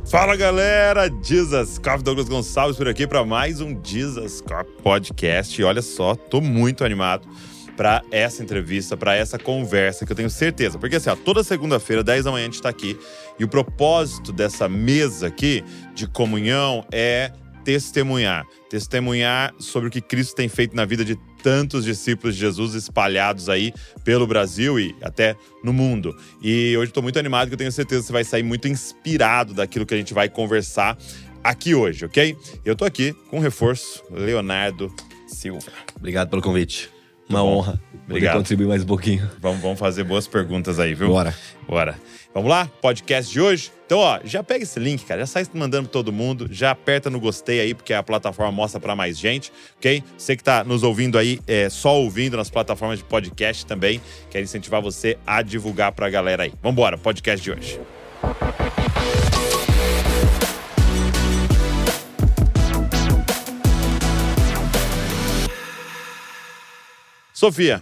Fala galera, Jesus Cop, Douglas Gonçalves por aqui para mais um Jesus Cop Podcast. E olha só, tô muito animado para essa entrevista, para essa conversa que eu tenho certeza. Porque assim, toda segunda-feira, 10 da manhã, a gente tá aqui. E o propósito dessa mesa aqui de comunhão é testemunhar. Testemunhar sobre o que Cristo tem feito na vida de tantos discípulos de Jesus espalhados aí pelo Brasil e até no mundo. E hoje estou muito animado, que eu tenho certeza que você vai sair muito inspirado daquilo que a gente vai conversar aqui hoje, ok? Eu tô aqui com um reforço, Leonardo Silva. Obrigado pelo convite. Uma honra. Obrigado. Poder contribuir mais um pouquinho. Vamos fazer boas perguntas aí, viu? Bora. Vamos lá? Podcast de hoje? Então, já pega esse link, cara. Já sai mandando pra todo mundo. Já aperta no gostei aí, porque a plataforma mostra pra mais gente, ok? Você que tá nos ouvindo aí, só ouvindo nas plataformas de podcast também, quero incentivar você a divulgar pra galera aí. Vambora, podcast de hoje. Sofia.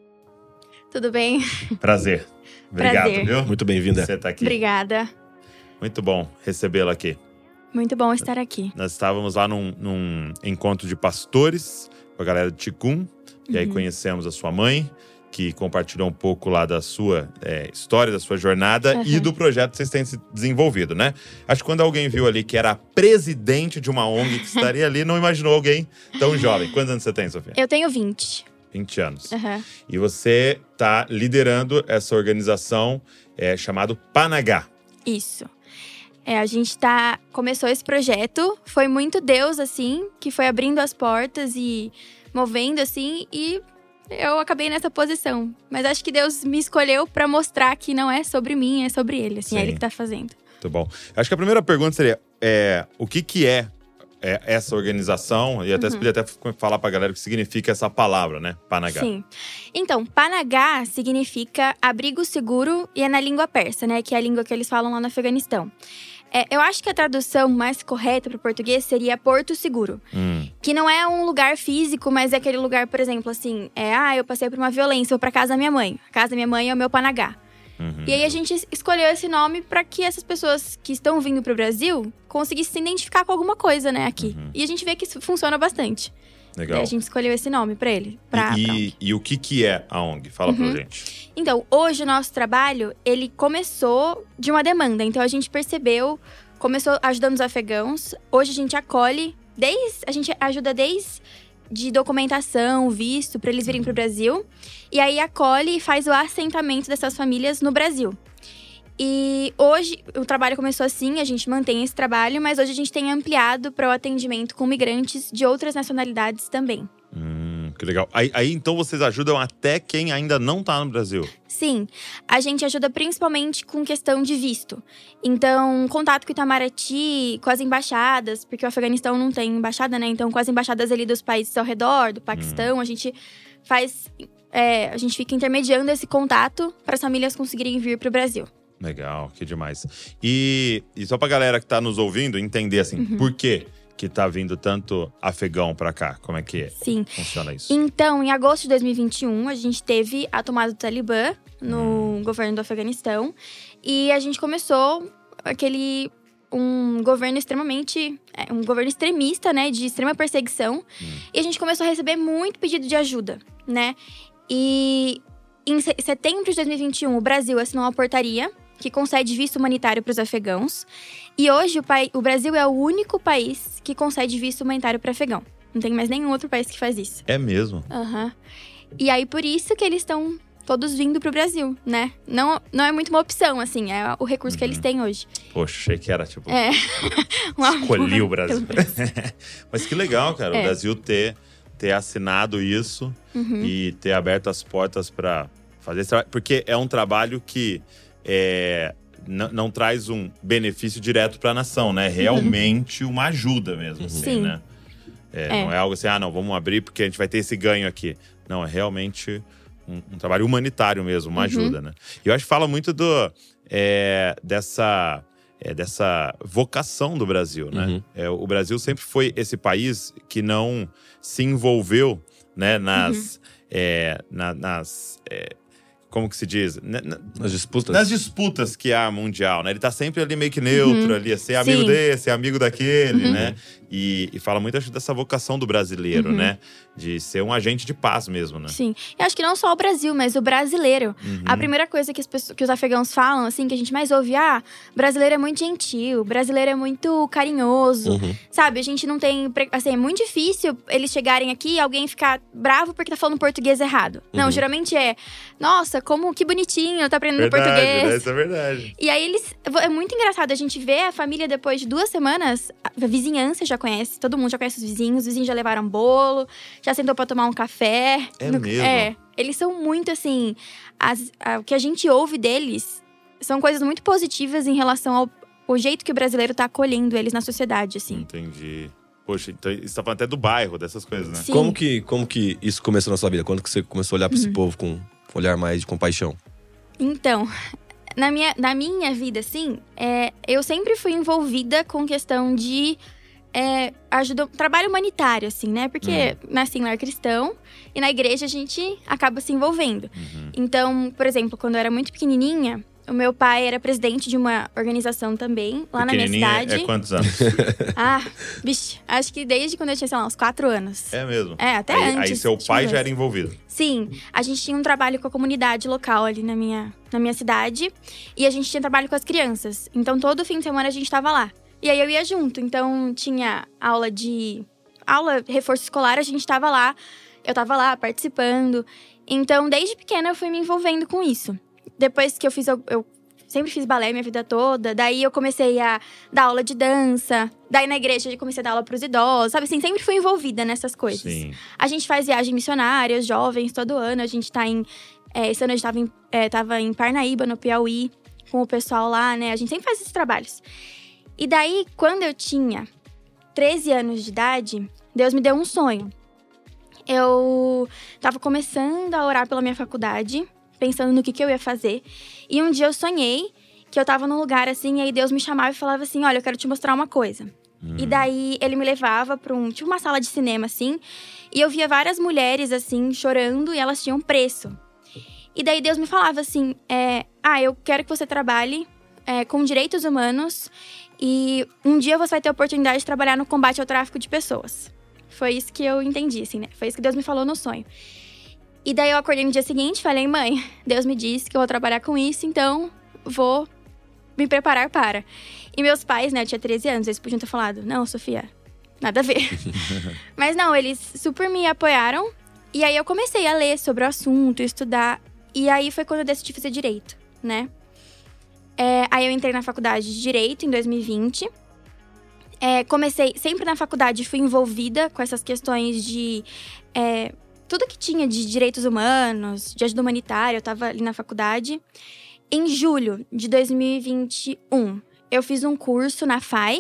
Tudo bem? Prazer. Obrigado, viu? Muito bem-vinda. Você tá aqui. Obrigada. Muito bom recebê-la aqui. Muito bom estar aqui. Nós estávamos lá num encontro de pastores com a galera de Ticum. E aí conhecemos a sua mãe, que compartilhou um pouco lá da sua história, da sua jornada e do projeto que vocês têm se desenvolvido, né? Acho que quando alguém viu ali que era a presidente de uma ONG que estaria ali, não imaginou alguém tão jovem. Quantos anos você tem, Sofia? Eu tenho 20. 20 anos. Uhum. E você está liderando essa organização chamada Panagá. Isso. A gente começou esse projeto, foi muito Deus, assim, que foi abrindo as portas e movendo, assim, e eu acabei nessa posição. Mas acho que Deus me escolheu para mostrar que não é sobre mim, é sobre Ele, assim, Sim. é Ele que tá fazendo. Muito bom. Acho que a primeira pergunta seria, o que é essa organização? E até você podia até falar pra galera o que significa essa palavra, né? Panagá. Sim. Então, Panagá significa abrigo seguro e é na língua persa, né? Que é a língua que eles falam lá no Afeganistão. Eu acho que a tradução mais correta para o português seria Porto Seguro. Que não é um lugar físico, mas é aquele lugar, por exemplo, assim… eu passei por uma violência, vou pra casa da minha mãe. A casa da minha mãe é o meu Panagá. E aí a gente escolheu esse nome para que essas pessoas que estão vindo pro Brasil conseguissem se identificar com alguma coisa, né, aqui. E a gente vê que isso funciona bastante. Legal. E a gente escolheu esse nome para ele. E o que é a ONG? Fala pra gente. Então, hoje o nosso trabalho, ele começou de uma demanda. Então a gente percebeu, começou ajudando os afegãos. Hoje a gente acolhe, a gente ajuda de documentação, visto, para eles virem pro Brasil. E aí acolhe e faz o assentamento dessas famílias no Brasil. E hoje o trabalho começou assim, a gente mantém esse trabalho, mas hoje a gente tem ampliado para o atendimento com migrantes de outras nacionalidades também. Que legal. Aí então vocês ajudam até quem ainda não tá no Brasil? Sim, a gente ajuda principalmente com questão de visto. Então, contato com Itamaraty, com as embaixadas, porque o Afeganistão não tem embaixada, né? Então, com as embaixadas ali dos países ao redor, do Paquistão, a gente faz… a gente fica intermediando esse contato para as famílias conseguirem vir pro Brasil. Legal, que demais. E só pra galera que tá nos ouvindo entender, assim, por quê que tá vindo tanto afegão pra cá? Como é que funciona isso? Então, em agosto de 2021, a gente teve a tomada do Talibã no governo do Afeganistão. E a gente começou um governo extremamente… um governo extremista, né? De extrema perseguição. E a gente começou a receber muito pedido de ajuda, né? E em setembro de 2021, o Brasil assinou uma portaria que concede visto humanitário para os afegãos. E hoje o Brasil é o único país que concede visto humanitário para afegão. Não tem mais nenhum outro país que faz isso. É mesmo? E aí, por isso que eles estão todos vindo pro Brasil, né? Não é muito uma opção, assim, é o recurso que eles têm hoje. Poxa, achei que era tipo… escolhi o Brasil. Mas que legal, cara, o Brasil ter assinado isso e ter aberto as portas para fazer esse trabalho. Porque é um trabalho que não traz um benefício direto para a nação, né? Realmente uma ajuda mesmo, assim, né? Não é algo assim, não, vamos abrir porque a gente vai ter esse ganho aqui. Não, é realmente um trabalho humanitário mesmo, uma ajuda, né? E eu acho que fala muito dessa vocação do Brasil, né? O Brasil sempre foi esse país que não se envolveu, né, como que se diz? Nas disputas? Nas disputas que há mundial, né? Ele tá sempre ali meio que neutro, ali, a ser amigo desse, amigo daquele, né? E fala muito, acho, dessa vocação do brasileiro, né? De ser um agente de paz mesmo, né? Sim. Eu acho que não só o Brasil, mas o brasileiro. A primeira coisa que, que os afegãos falam, assim, que a gente mais ouve, brasileiro é muito gentil, brasileiro é muito carinhoso, sabe? A gente não tem… Assim, é muito difícil eles chegarem aqui e alguém ficar bravo porque tá falando português errado. Não, geralmente nossa, que bonitinho, tá aprendendo português. Né? Isso é verdade. E aí é muito engraçado a gente ver a família depois de 2 semanas, a vizinhança já conhece, todo mundo já conhece os vizinhos já levaram bolo, já sentou pra tomar um café. Mesmo? Eles são muito assim, o que a gente ouve deles são coisas muito positivas em relação ao jeito que o brasileiro tá acolhendo eles na sociedade, assim. Entendi. Poxa, então você tá falando até do bairro, dessas coisas, né? Sim. Como que isso começou na sua vida? Quando que você começou a olhar pra esse povo com um olhar mais de compaixão? Então, na minha vida, assim, eu sempre fui envolvida com questão de trabalho humanitário, assim, né? Porque nasci em lar cristão e na igreja a gente acaba se envolvendo. Então, por exemplo, quando eu era muito pequenininha, o meu pai era presidente de uma organização também, lá na minha cidade. É quantos anos? Acho que desde quando eu tinha, sei lá, uns 4 anos. É mesmo? Até antes. Aí seu pai já era envolvido? Sim. A gente tinha um trabalho com a comunidade local ali na minha cidade. E a gente tinha trabalho com as crianças. Então, todo fim de semana a gente tava lá. E aí, eu ia junto. Então, tinha reforço escolar, a gente tava lá. Eu tava lá, participando. Então, desde pequena, eu fui me envolvendo com isso. Depois que eu sempre fiz balé minha vida toda. Daí eu comecei a dar aula de dança. Daí na igreja eu comecei a dar aula pros idosos, sabe? Assim, sempre fui envolvida nessas coisas. Sim. A gente faz viagem missionária, os jovens, todo ano. A gente tá esse ano a gente tava em Parnaíba, no Piauí, com o pessoal lá, né? A gente sempre faz esses trabalhos. E daí, quando eu tinha 13 anos de idade, Deus me deu um sonho. Eu tava começando a orar pela minha faculdade, pensando no que eu ia fazer. E um dia eu sonhei que eu tava num lugar assim, e aí Deus me chamava e falava assim, olha, eu quero te mostrar uma coisa. E daí ele me levava pra tipo uma sala de cinema, assim, e eu via várias mulheres, assim, chorando, e elas tinham preço. E daí Deus me falava assim, eu quero que você trabalhe com direitos humanos, e um dia você vai ter a oportunidade de trabalhar no combate ao tráfico de pessoas. Foi isso que eu entendi, assim, né? Foi isso que Deus me falou no sonho. E daí eu acordei no dia seguinte e falei, mãe, Deus me disse que eu vou trabalhar com isso, então vou me preparar para. E meus pais, né, eu tinha 13 anos, eles podiam ter falado, não, Sofia, nada a ver. Mas não, eles super me apoiaram. E aí eu comecei a ler sobre o assunto, estudar. E aí foi quando eu decidi fazer Direito, né? Aí eu entrei na faculdade de Direito em 2020. Comecei, sempre na faculdade, fui envolvida com essas questões de… tudo que tinha de direitos humanos, de ajuda humanitária, eu tava ali na faculdade. Em julho de 2021, eu fiz um curso na FAI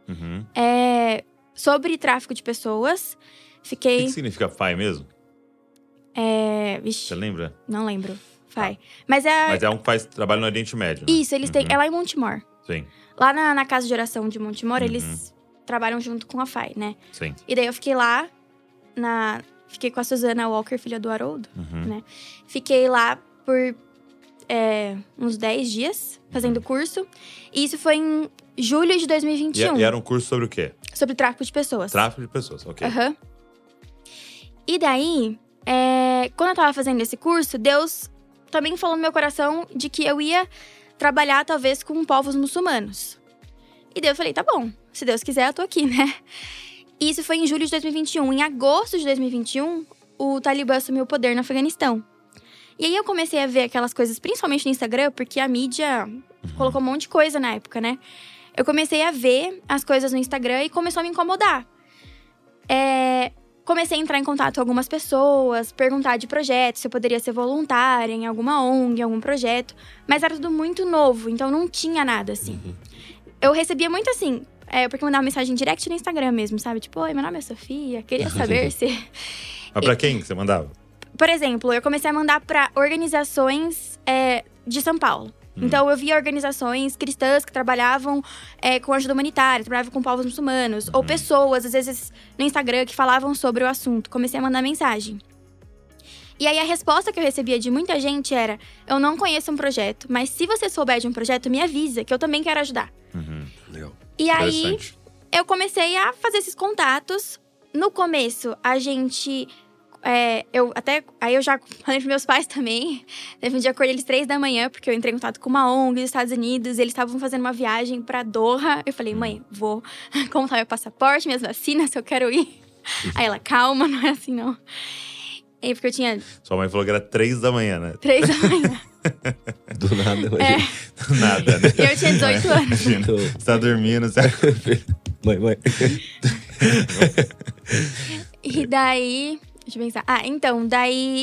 sobre tráfico de pessoas. O que significa FAI mesmo? Vixe, você lembra? Não lembro. FAI. Mas é um que faz trabalho no Oriente Médio, né? Isso, eles têm… É lá em Montemor. Sim. Lá na Casa de Oração de Montemor, eles trabalham junto com a FAI, né? Sim. E daí eu fiquei lá Fiquei com a Susana Walker, filha do Haroldo, né? Fiquei lá por uns 10 dias, fazendo curso. E isso foi em julho de 2021. E era um curso sobre o quê? Sobre tráfico de pessoas. Tráfico de pessoas, ok. E daí, quando eu tava fazendo esse curso, Deus também falou no meu coração de que eu ia trabalhar, talvez, com povos muçulmanos. E daí eu falei, tá bom, se Deus quiser, eu tô aqui, né? E isso foi em julho de 2021. Em agosto de 2021, o Talibã assumiu o poder no Afeganistão. E aí eu comecei a ver aquelas coisas, principalmente no Instagram, porque a mídia colocou um monte de coisa na época, né? Eu comecei a ver as coisas no Instagram e começou a me incomodar. Comecei a entrar em contato com algumas pessoas, perguntar de projetos, se eu poderia ser voluntária em alguma ONG, em algum projeto. Mas era tudo muito novo, então não tinha nada, assim. Eu recebia muito, assim… porque eu mandava mensagem direct no Instagram mesmo, sabe? Tipo, oi, meu nome é Sofia, queria saber se… Mas pra quem que você mandava? Por exemplo, eu comecei a mandar pra organizações de São Paulo. Então, eu via organizações cristãs que trabalhavam com ajuda humanitária, trabalhavam com povos muçulmanos. Ou pessoas, às vezes, no Instagram, que falavam sobre o assunto. Comecei a mandar mensagem. E aí a resposta que eu recebia de muita gente era: eu não conheço um projeto, mas se você souber de um projeto, me avisa, que eu também quero ajudar. Legal. E aí eu comecei a fazer esses contatos. No começo, a gente… Aí eu já falei pros meus pais também. Teve um dia que eu acordei eles 3 da manhã, porque eu entrei em contato com uma ONG dos Estados Unidos. Eles estavam fazendo uma viagem pra Doha. Eu falei: mãe, vou contar meu passaporte, minhas vacinas, se eu quero ir. Aí ela: calma, não é assim não. E porque eu tinha… Sua mãe falou que era 3 da manhã, né? 3 da manhã. Do nada, Do nada, né? E eu tinha 18 anos. Imagina, você tá dormindo, Mãe. E daí… Deixa eu pensar. Então, daí…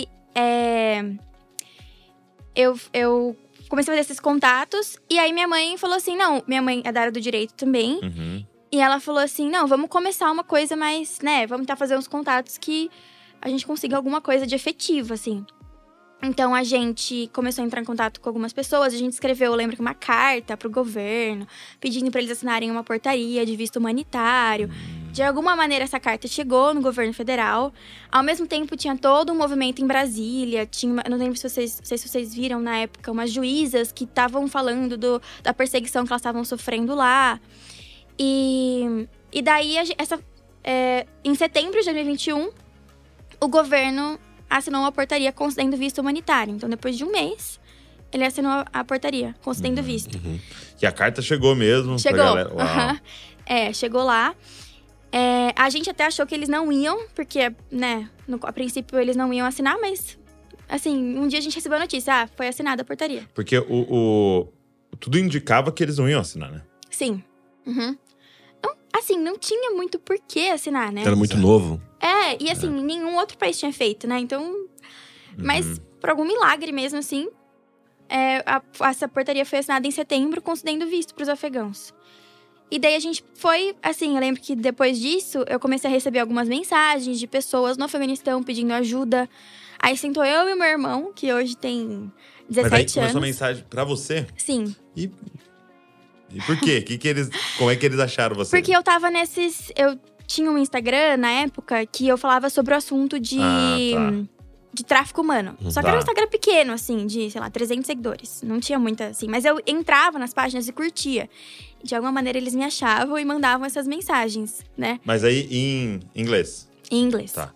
Eu comecei a fazer esses contatos. E aí minha mãe falou assim… Não, minha mãe é da área do direito também. E ela falou assim: não, vamos começar uma coisa mais… né, vamos tentar fazer uns contatos que a gente consiga alguma coisa de efetivo, assim. Então, a gente começou a entrar em contato com algumas pessoas. A gente escreveu, eu lembro que uma carta pro governo, pedindo para eles assinarem uma portaria de visto humanitário. De alguma maneira, essa carta chegou no governo federal. Ao mesmo tempo, tinha todo um movimento em Brasília. Eu não lembro não sei se vocês viram na época, umas juízas que estavam falando da perseguição que elas estavam sofrendo lá. E daí, em setembro de 2021, o governo assinou uma portaria concedendo visto humanitário. Então, depois de um mês, ele assinou a portaria concedendo visto. E a carta chegou mesmo? Chegou. Pra galera. Chegou lá. A gente até achou que eles não iam, porque, né, a princípio eles não iam assinar, mas, assim, um dia a gente recebeu a notícia: foi assinada a portaria. Porque tudo indicava que eles não iam assinar, né? Sim. Então, assim, não tinha muito por que assinar, né? Era muito novo. E assim, nenhum outro país tinha feito, né? Então, mas por algum milagre mesmo, assim, essa portaria foi assinada em setembro, concedendo visto para os afegãos. E daí a gente foi, assim, eu lembro que depois disso, eu comecei a receber algumas mensagens de pessoas no Afeganistão pedindo ajuda. Aí sentou eu e meu irmão, que hoje tem 17 Mas aí anos. começou a mensagem pra você? Sim. E por quê? Como é que eles acharam você? Porque eu tava eu tinha um Instagram, na época, que eu falava sobre o assunto de tráfico humano. Só que era um Instagram pequeno, assim, de, sei lá, 300 seguidores. Não tinha muita, assim. Mas eu entrava nas páginas e curtia. De alguma maneira, eles me achavam e mandavam essas mensagens, né? Mas aí em inglês? Em inglês. Tá.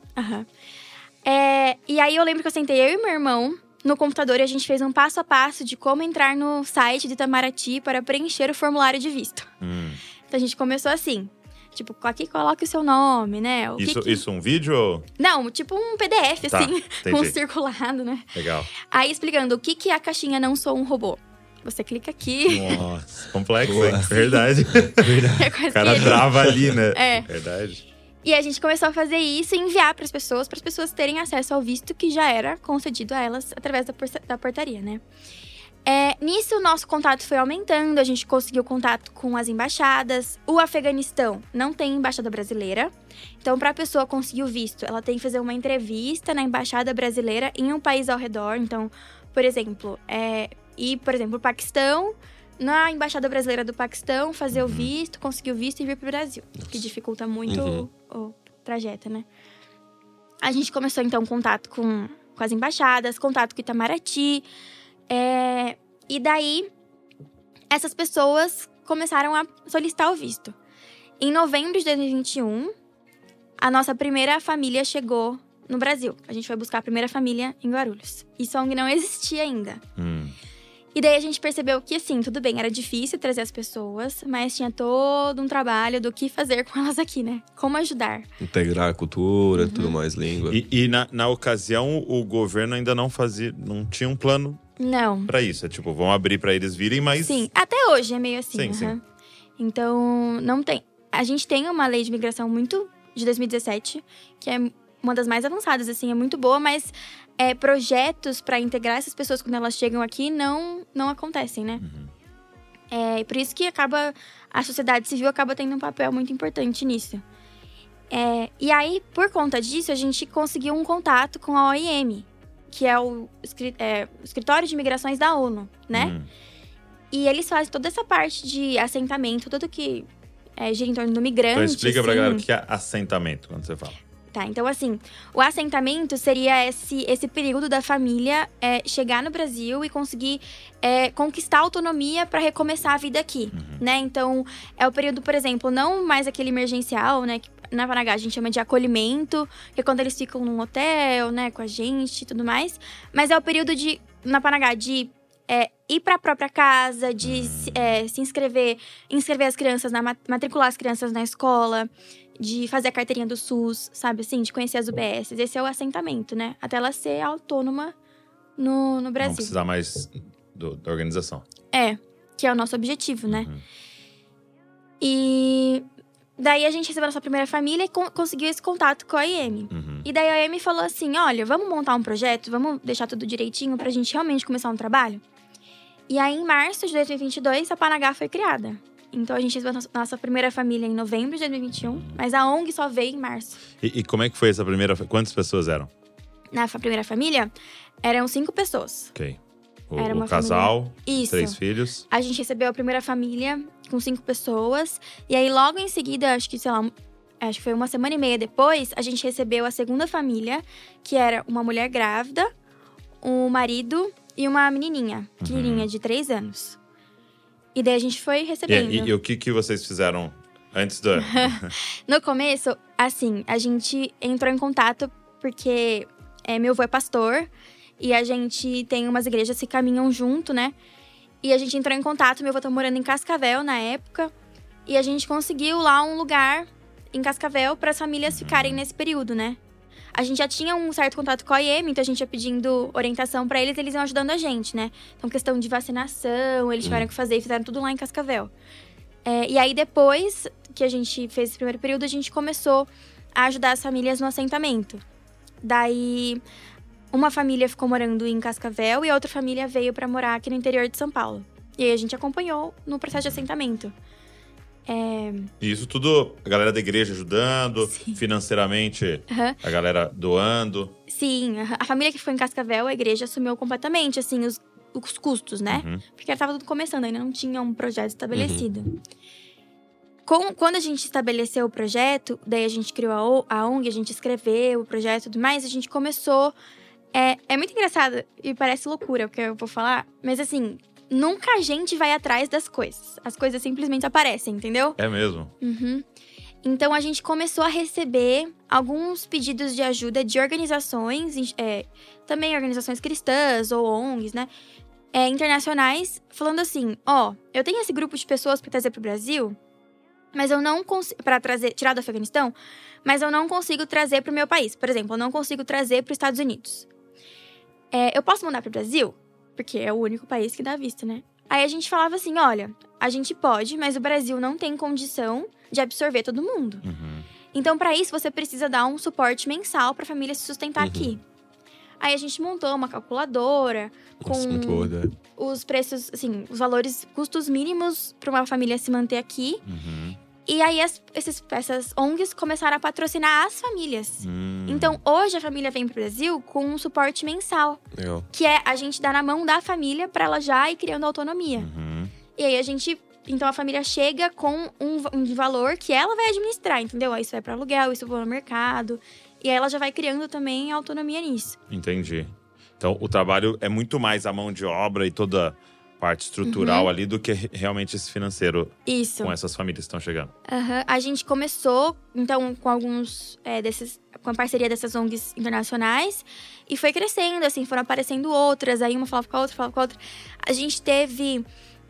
E aí, eu lembro que eu sentei eu e meu irmão no computador e a gente fez um passo a passo de como entrar no site de Itamaraty para preencher o formulário de visto. Então, a gente começou assim. Tipo, aqui coloca o seu nome, né? Isso um vídeo ou… Não, tipo um PDF, assim. Entendi. Um circulado, né? Legal. Aí, explicando o que é a caixinha Não Sou um Robô. Você clica aqui. Nossa, complexo, hein? Verdade. O cara trava ali, né? Verdade. E a gente começou a fazer isso e enviar para as pessoas terem acesso ao visto que já era concedido a elas através da portaria, né? Nisso, o nosso contato foi aumentando, a gente conseguiu contato com as embaixadas. O Afeganistão não tem embaixada brasileira. Então, para a pessoa conseguir o visto, ela tem que fazer uma entrevista na embaixada brasileira em um país ao redor. Então, por exemplo, o Paquistão, na embaixada brasileira do Paquistão, fazer o visto, conseguir o visto e vir pro Brasil. Que dificulta muito o trajeto, né? A gente começou, então, contato com as embaixadas, contato com o Itamaraty. E daí, essas pessoas começaram a solicitar o visto. Em novembro de 2021, a nossa primeira família chegou no Brasil. A gente foi buscar a primeira família em Guarulhos. Isso ainda não existia ainda. E daí a gente percebeu que, assim, tudo bem, era difícil trazer as pessoas, mas tinha todo um trabalho do que fazer com elas aqui, né? Como ajudar. Integrar a cultura, tudo mais, língua. E na ocasião, o governo ainda não tinha um plano não pra isso. Tipo, vão abrir pra eles virem, mas… Sim, até hoje é meio assim. Sim. Então, não tem… A gente tem uma lei de imigração de 2017, que é uma das mais avançadas, assim, é muito boa, mas projetos para integrar essas pessoas quando elas chegam aqui não acontecem, né? E por isso que a sociedade civil acaba tendo um papel muito importante nisso. E aí, por conta disso, a gente conseguiu um contato com a OIM, que é o Escritório de Imigrações da ONU, né? E eles fazem toda essa parte de assentamento, tudo que gira em torno do migrante. Então explica pra assim. galera o que é assentamento, quando você fala. Tá, então assim, o assentamento seria esse período da família chegar no Brasil e conseguir conquistar a autonomia para recomeçar a vida aqui, né? Então, é o período, por exemplo, não mais aquele emergencial, né? Que na Panagá a gente chama de acolhimento, que é quando eles ficam num hotel, né? Com a gente e tudo mais. Mas é o período na Panagá de ir para a própria casa, de se inscrever as crianças, matricular as crianças na escola, de fazer a carteirinha do SUS, sabe assim? De conhecer as UBSs. Esse é o assentamento, né? Até ela ser autônoma no Brasil. Não precisar mais da organização. Que é o nosso objetivo, né? E daí a gente recebeu a nossa primeira família e conseguiu esse contato com a IEM. E daí a IEM falou assim, olha, vamos montar um projeto, vamos deixar tudo direitinho pra gente realmente começar um trabalho? E aí, em março de 2022, a Panagá foi criada. Então, a gente recebeu a nossa primeira família em novembro de 2021, mas a ONG só veio em março. E como é que foi essa primeira… Quantas pessoas eram? Na primeira família, eram 5 pessoas. Ok. Era uma casal, família… 3 filhos. A gente recebeu a primeira família com 5 pessoas. E aí, logo em seguida, acho que foi uma semana e meia depois, a gente recebeu a segunda família, que era uma mulher grávida, um marido e uma menininha, pequenininha, de 3 anos. E daí a gente foi recebendo. E o que vocês fizeram antes do… No começo, assim, a gente entrou em contato porque meu avô é pastor e a gente tem umas igrejas que caminham junto, né? E a gente entrou em contato, meu avô tá morando em Cascavel na época, e a gente conseguiu lá um lugar em Cascavel para as famílias ficarem nesse período, né? A gente já tinha um certo contato com a IEM, então a gente ia pedindo orientação pra eles iam ajudando a gente, né? Então, questão de vacinação, eles tiveram que fazer e fizeram tudo lá em Cascavel. E aí, depois que a gente fez esse primeiro período, a gente começou a ajudar as famílias no assentamento. Daí, uma família ficou morando em Cascavel e a outra família veio pra morar aqui no interior de São Paulo. E aí, a gente acompanhou no processo de assentamento. E isso tudo, a galera da igreja ajudando, financeiramente, a galera doando. Sim, a família que foi em Cascavel, a igreja assumiu completamente, assim, os custos, né? Porque estava tudo começando, ainda não tinha um projeto estabelecido. Quando a gente estabeleceu o projeto, daí a gente criou a ONG, a gente escreveu o projeto e tudo mais, a gente começou… É muito engraçado e parece loucura o que eu vou falar, mas assim… Nunca a gente vai atrás das coisas. As coisas simplesmente aparecem, entendeu? É mesmo? Então, a gente começou a receber alguns pedidos de ajuda de organizações, também organizações cristãs ou ONGs, né? Internacionais, falando assim, eu tenho esse grupo de pessoas para trazer pro Brasil, mas eu não consigo… tirar do Afeganistão, mas eu não consigo trazer pro meu país. Por exemplo, eu não consigo trazer pros Estados Unidos. Eu posso mandar pro Brasil? Porque é o único país que dá visto, né? Aí a gente falava assim, olha, a gente pode, mas o Brasil não tem condição de absorver todo mundo. Então, para isso, você precisa dar um suporte mensal pra família se sustentar aqui. Aí a gente montou uma calculadora com os preços, assim, os valores, custos mínimos pra uma família se manter aqui. E aí, essas ONGs começaram a patrocinar as famílias. Então, hoje, a família vem pro Brasil com um suporte mensal. Legal. Que é a gente dar na mão da família pra ela já ir criando autonomia. E aí, então, a família chega com um valor que ela vai administrar, entendeu? Aí, isso vai pra aluguel, isso vai no mercado. E aí, ela já vai criando também autonomia nisso. Entendi. Então, o trabalho é muito mais a mão de obra e toda… parte estrutural ali do que realmente esse financeiro. Isso. Com essas famílias que estão chegando. A gente começou, então, com alguns com a parceria dessas ONGs internacionais e foi crescendo, assim, foram aparecendo outras, aí uma falava com a outra, A gente teve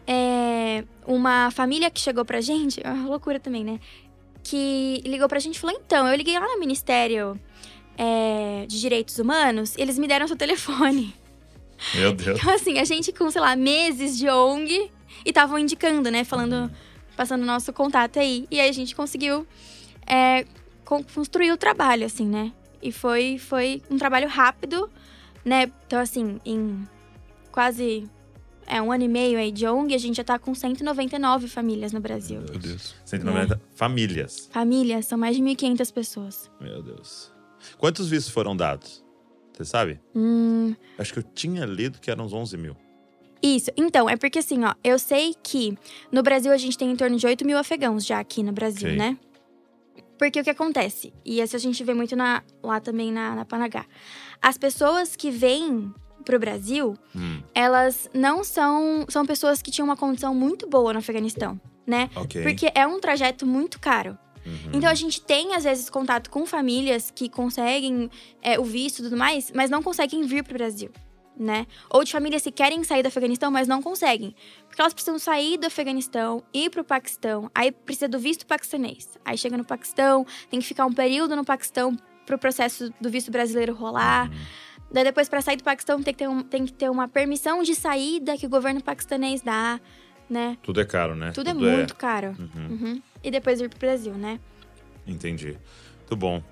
uma família que chegou pra gente, é uma loucura também, né? Que ligou pra gente e falou, então, eu liguei lá no Ministério de Direitos Humanos, eles me deram seu telefone. Meu Deus. Então, assim, a gente com, sei lá, meses de ONG e estavam indicando, né? Passando o nosso contato aí. E aí a gente conseguiu construir o trabalho, assim, né? E foi um trabalho rápido, né? Então, assim, em quase 1 ano e meio aí de ONG, a gente já tá com 199 famílias no Brasil. Meu Deus. 190 famílias. Famílias, são mais de 1.500 pessoas. Meu Deus. Quantos vistos foram dados? Você sabe? Acho que eu tinha lido que eram uns 11 mil. Isso. Então, é porque assim, eu sei que no Brasil a gente tem em torno de 8 mil afegãos já aqui no Brasil, né? Porque o que acontece, e isso a gente vê muito lá também na Panagá. As pessoas que vêm pro Brasil, elas não são pessoas que tinham uma condição muito boa no Afeganistão, né? Ok. Porque é um trajeto muito caro. Então a gente tem, às vezes, contato com famílias que conseguem o visto e tudo mais, mas não conseguem vir pro Brasil, né? Ou de famílias que querem sair do Afeganistão, mas não conseguem. Porque elas precisam sair do Afeganistão, ir pro Paquistão, aí precisa do visto paquistanês. Aí chega no Paquistão, tem que ficar um período no Paquistão pro processo do visto brasileiro rolar. Daí depois, pra sair do Paquistão, tem que ter uma permissão de saída que o governo paquistanês dá, né? Tudo é caro, né? Tudo é muito caro. E depois vir pro Brasil, né? Entendi. Muito bom.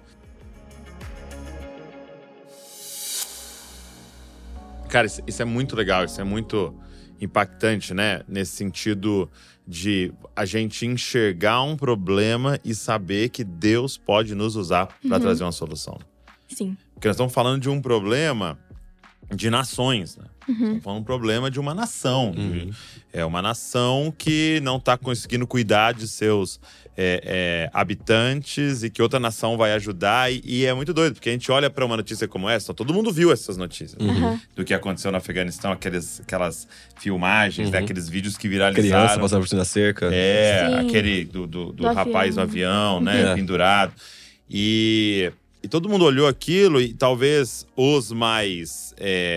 Cara, isso é muito legal, isso é muito impactante, né? Nesse sentido de a gente enxergar um problema e saber que Deus pode nos usar para trazer uma solução. Sim. Porque nós estamos falando de um problema de nações, né? Estamos falando de um problema de uma nação. É uma nação que não está conseguindo cuidar de seus habitantes e que outra nação vai ajudar. E é muito doido, porque a gente olha para uma notícia como essa, todo mundo viu essas notícias do que aconteceu no Afeganistão, aquelas filmagens, né? Aqueles vídeos que viralizaram. Criança passando por cima da cerca. Sim. Aquele do rapaz no avião, né? Pendurado. E todo mundo olhou aquilo e talvez os mais,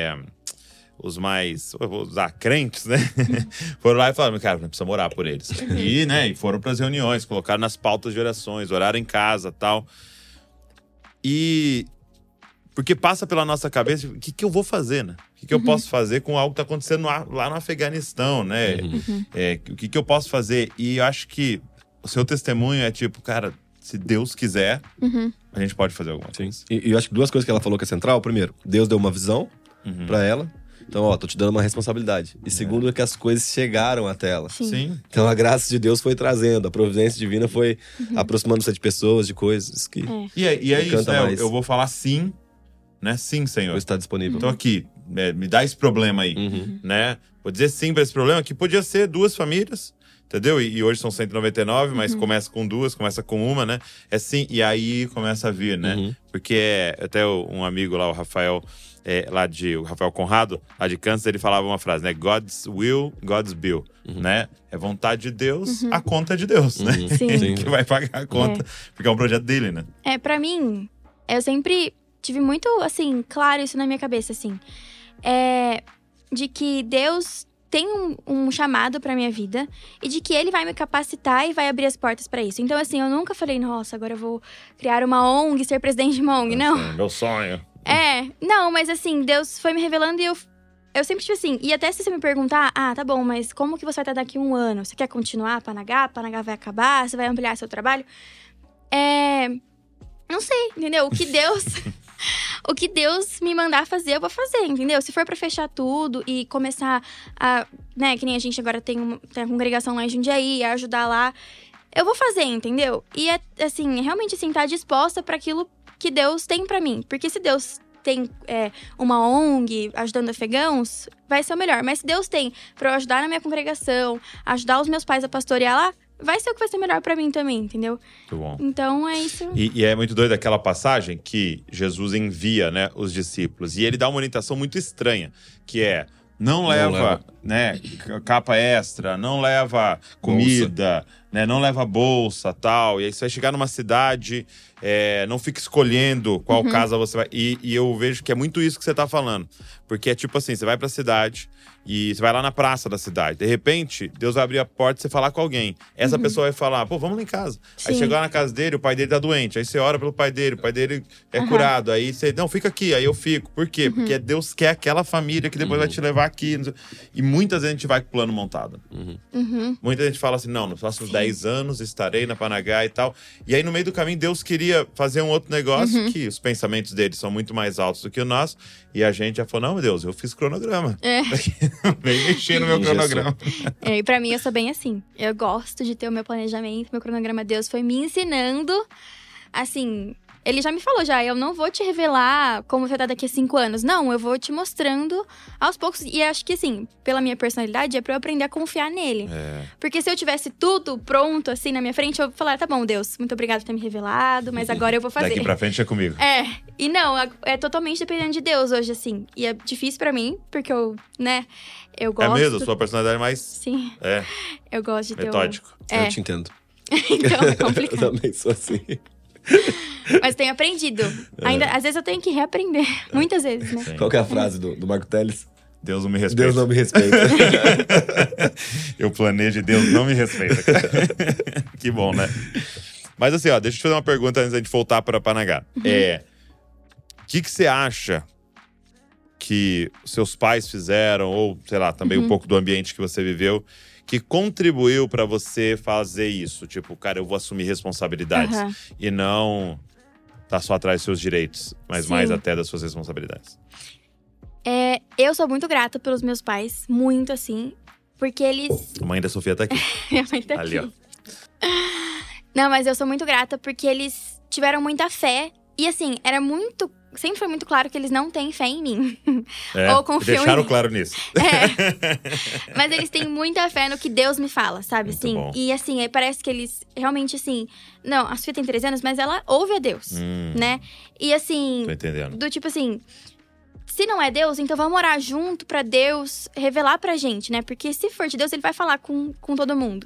eu vou usar crentes, né? Foram lá e falaram, cara, não precisa orar por eles. E foram para as reuniões, colocaram nas pautas de orações, oraram em casa e tal. E porque passa pela nossa cabeça, o que eu vou fazer, né? O que eu posso fazer com algo que está acontecendo lá no Afeganistão, né? O que eu posso fazer? E eu acho que o seu testemunho é tipo, cara, se Deus quiser, a gente pode fazer alguma coisa. Sim. E eu acho que duas coisas que ela falou que é central. Primeiro, Deus deu uma visão pra ela. Então, tô te dando uma responsabilidade. E segundo, é que as coisas chegaram até ela. Sim. Então, a graça de Deus foi trazendo. A providência divina foi aproximando-se de pessoas, de coisas que… E é isso, né? mais. Eu vou falar sim, né? Sim, Senhor. Está disponível. Tô aqui, me dá esse problema aí, né? Vou dizer sim pra esse problema, que podia ser 2 famílias, entendeu? E hoje são 199, mas começa com 2, começa com uma, né? É sim, e aí começa a vir, né? Porque até um amigo lá, o Rafael, o Rafael Conrado, lá de Kansas, ele falava uma frase, né? God's will, God's bill, né? É vontade de Deus, a conta é de Deus, né? Sim. Ele que vai pagar a conta, porque é um projeto dele, né? Pra mim, eu sempre tive muito, assim, claro isso na minha cabeça, assim. De que Deus tem um chamado pra minha vida e de que Ele vai me capacitar e vai abrir as portas pra isso. Então, assim, eu nunca falei, nossa, agora eu vou criar uma ONG, ser presidente de uma ONG, não. Meu sonho. Não, mas assim, Deus foi me revelando e eu sempre tive assim. E até se você me perguntar, tá bom, mas como que você vai estar daqui 1 ano? Você quer continuar a Panagá? A Panagá vai acabar? Você vai ampliar seu trabalho? Não sei, entendeu? O que Deus me mandar fazer, eu vou fazer, entendeu? Se for pra fechar tudo e começar a… né, que nem a gente agora tem a congregação lá em Jundiaí, a ajudar lá, eu vou fazer, entendeu? E assim, realmente assim, tá disposta pra aquilo que Deus tem pra mim. Porque se Deus tem uma ONG ajudando afegãos, vai ser o melhor. Mas se Deus tem pra eu ajudar na minha congregação, ajudar os meus pais a pastorear lá, vai ser o que vai ser melhor pra mim também, entendeu? Muito bom. Então, é isso. E é muito doido aquela passagem que Jesus envia, né, os discípulos. E ele dá uma orientação muito estranha, que é… Não leva, né, capa extra, não leva comida, né, não leva bolsa, tal. E aí você vai chegar numa cidade, não fica escolhendo qual casa você vai… E eu vejo que é muito isso que você tá falando. Porque é tipo assim, você vai pra cidade e você vai lá na praça da cidade. De repente, Deus vai abrir a porta e você falar com alguém. Essa pessoa vai falar, pô, vamos lá em casa. Aí chega lá na casa dele, o pai dele tá doente. Aí você ora pelo pai dele, o pai dele é curado. Aí você, não, fica aqui. Aí eu fico. Por quê? Porque Deus quer aquela família que depois vai te levar aqui. E muitas vezes a gente vai com o plano montado. Muita gente fala assim, não, nos próximos 10 anos estarei na Panagá e tal. E aí no meio do caminho, Deus queria fazer um outro negócio que os pensamentos dele são muito mais altos do que o nosso. E a gente já falou, não, meu Deus, eu fiz cronograma. Vem mexer no meu cronograma. E pra mim, eu sou bem assim. Eu gosto de ter o meu planejamento, meu cronograma. Deus foi me ensinando, assim… Ele já me falou, eu não vou te revelar como vai estar daqui a 5 anos. Não, eu vou te mostrando aos poucos. E acho que, assim, pela minha personalidade, é pra eu aprender a confiar nele. Porque se eu tivesse tudo pronto, assim, na minha frente, eu falaria, tá bom, Deus, muito obrigado por ter me revelado, mas agora eu vou fazer. Daqui pra frente é comigo. E não, é totalmente dependendo de Deus hoje, assim. E é difícil pra mim, porque eu gosto… É mesmo? Sua personalidade é mais… Sim. Eu gosto de ter… Metódico. Eu te entendo. Então, é complicado. Eu também sou assim. Mas tenho aprendido. Ainda, às vezes eu tenho que reaprender. Muitas vezes, né? Sim. Qual que é a frase do Marco Teles? Deus não me respeita. Deus não me respeita. Eu planejo e Deus não me respeita. Que bom, né? Mas assim, deixa eu te fazer uma pergunta antes da gente voltar para Panagá. O que você acha que seus pais fizeram, ou sei lá, também um pouco do ambiente que você viveu, que contribuiu pra você fazer isso? Tipo, cara, eu vou assumir responsabilidades. E não tá só atrás dos seus direitos, mas mais até das suas responsabilidades. Eu sou muito grata pelos meus pais. Muito, assim. Porque eles… A mãe da Sofia tá aqui. Minha mãe tá Ali, aqui. Não, mas eu sou muito grata porque eles tiveram muita fé. E assim, sempre foi muito claro que eles não têm fé em mim. Ou confiam deixaram em mim. claro nisso. Mas eles têm muita fé no que Deus me fala, sabe? Muito Assim, bom. e assim, parece que eles realmente assim… Não, a Sofia tem 13 anos, mas ela ouve a Deus, né? E assim… Tô entendendo. Do tipo assim… Se não é Deus, então vamos orar junto pra Deus revelar pra gente, né? Porque se for de Deus, ele vai falar com todo mundo.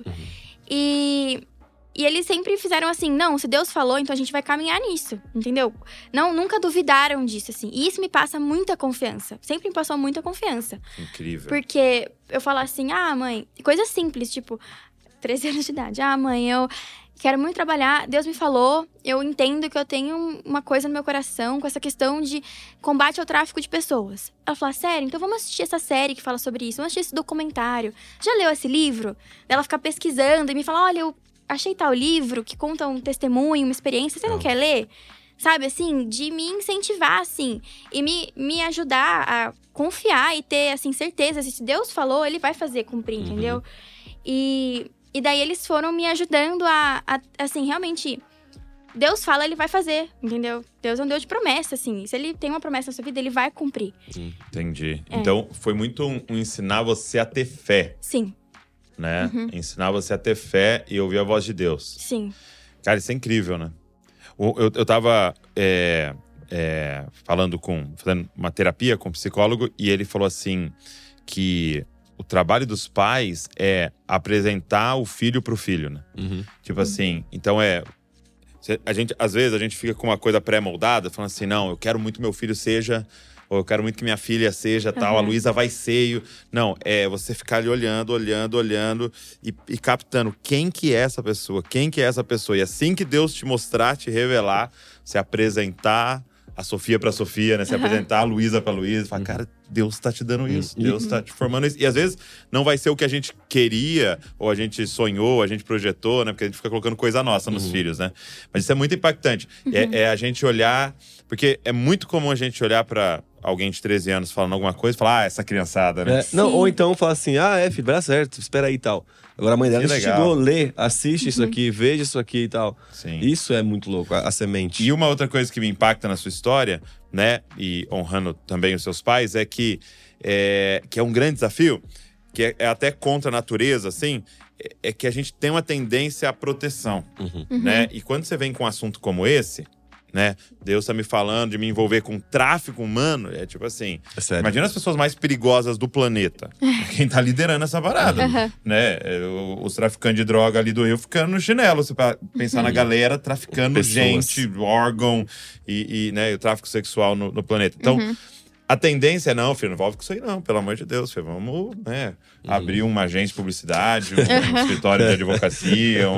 E eles sempre fizeram assim, não, se Deus falou, então a gente vai caminhar nisso, entendeu? Não, nunca duvidaram disso, assim. E isso me passa muita confiança. Sempre me passou muita confiança. Incrível. Porque eu falo assim, mãe… Coisa simples, tipo… 13 anos de idade. Mãe, eu quero muito trabalhar. Deus me falou. Eu entendo que eu tenho uma coisa no meu coração com essa questão de combate ao tráfico de pessoas. Ela falou, sério? Então vamos assistir essa série que fala sobre isso. Vamos assistir esse documentário. Já leu esse livro? Ela fica pesquisando e me fala, olha, eu achei tal livro que conta um testemunho, uma experiência. Você não quer ler? Sabe, assim, de me incentivar, assim. E me ajudar a confiar e ter, assim, certeza. Se Deus falou, ele vai fazer cumprir, entendeu? E daí eles foram me ajudando a, assim, realmente… Deus fala, ele vai fazer, entendeu? Deus é um Deus de promessa, assim. Se ele tem uma promessa na sua vida, ele vai cumprir. Entendi. Então, foi muito um ensinar você a ter fé. Sim. Né? Ensinar você a ter fé e ouvir a voz de Deus. Sim. Cara, isso é incrível, né? Eu tava fazendo uma terapia com um psicólogo e ele falou assim que o trabalho dos pais é apresentar o filho pro filho, né? Tipo assim, então às vezes a gente fica com uma coisa pré-moldada, falando assim, não, eu quero muito que meu filho seja, ou eu quero muito que minha filha seja tal, a Luísa vai ser. Não, é você ficar ali olhando e captando quem que é essa pessoa, E assim que Deus te mostrar, te revelar, se apresentar a Sofia pra Sofia, né? Se apresentar a Luísa pra Luísa. Falar, cara, Deus tá te dando isso. Deus tá te formando isso. E às vezes não vai ser o que a gente queria, ou a gente sonhou, a gente projetou, né? Porque a gente fica colocando coisa nossa nos filhos, né? Mas isso é muito impactante. É a gente olhar… Porque é muito comum a gente olhar pra alguém de 13 anos falando alguma coisa e falar, essa criançada, né? Não, ou então falar assim, filho, vai dar certo, espera aí e tal. Agora a mãe dela instigou, lê, assiste isso aqui, veja isso aqui e tal. Sim. Isso é muito louco, a semente. E uma outra coisa que me impacta na sua história, né? E honrando também os seus pais, é que é um grande desafio, que é até contra a natureza, assim, é que a gente tem uma tendência à proteção, né? E quando você vem com um assunto como esse… Né? Deus tá me falando de me envolver com tráfico humano. É tipo assim, imagina as pessoas mais perigosas do planeta. Quem tá liderando essa parada, né? Os traficantes de droga ali do Rio ficando no chinelo. Você pensar na galera traficando gente, órgão e né, o tráfico sexual no planeta. Então, a tendência é, não, filho, não envolve com isso aí não, pelo amor de Deus, filho. Vamos, né, abrir uma agência de publicidade, um escritório de advocacia,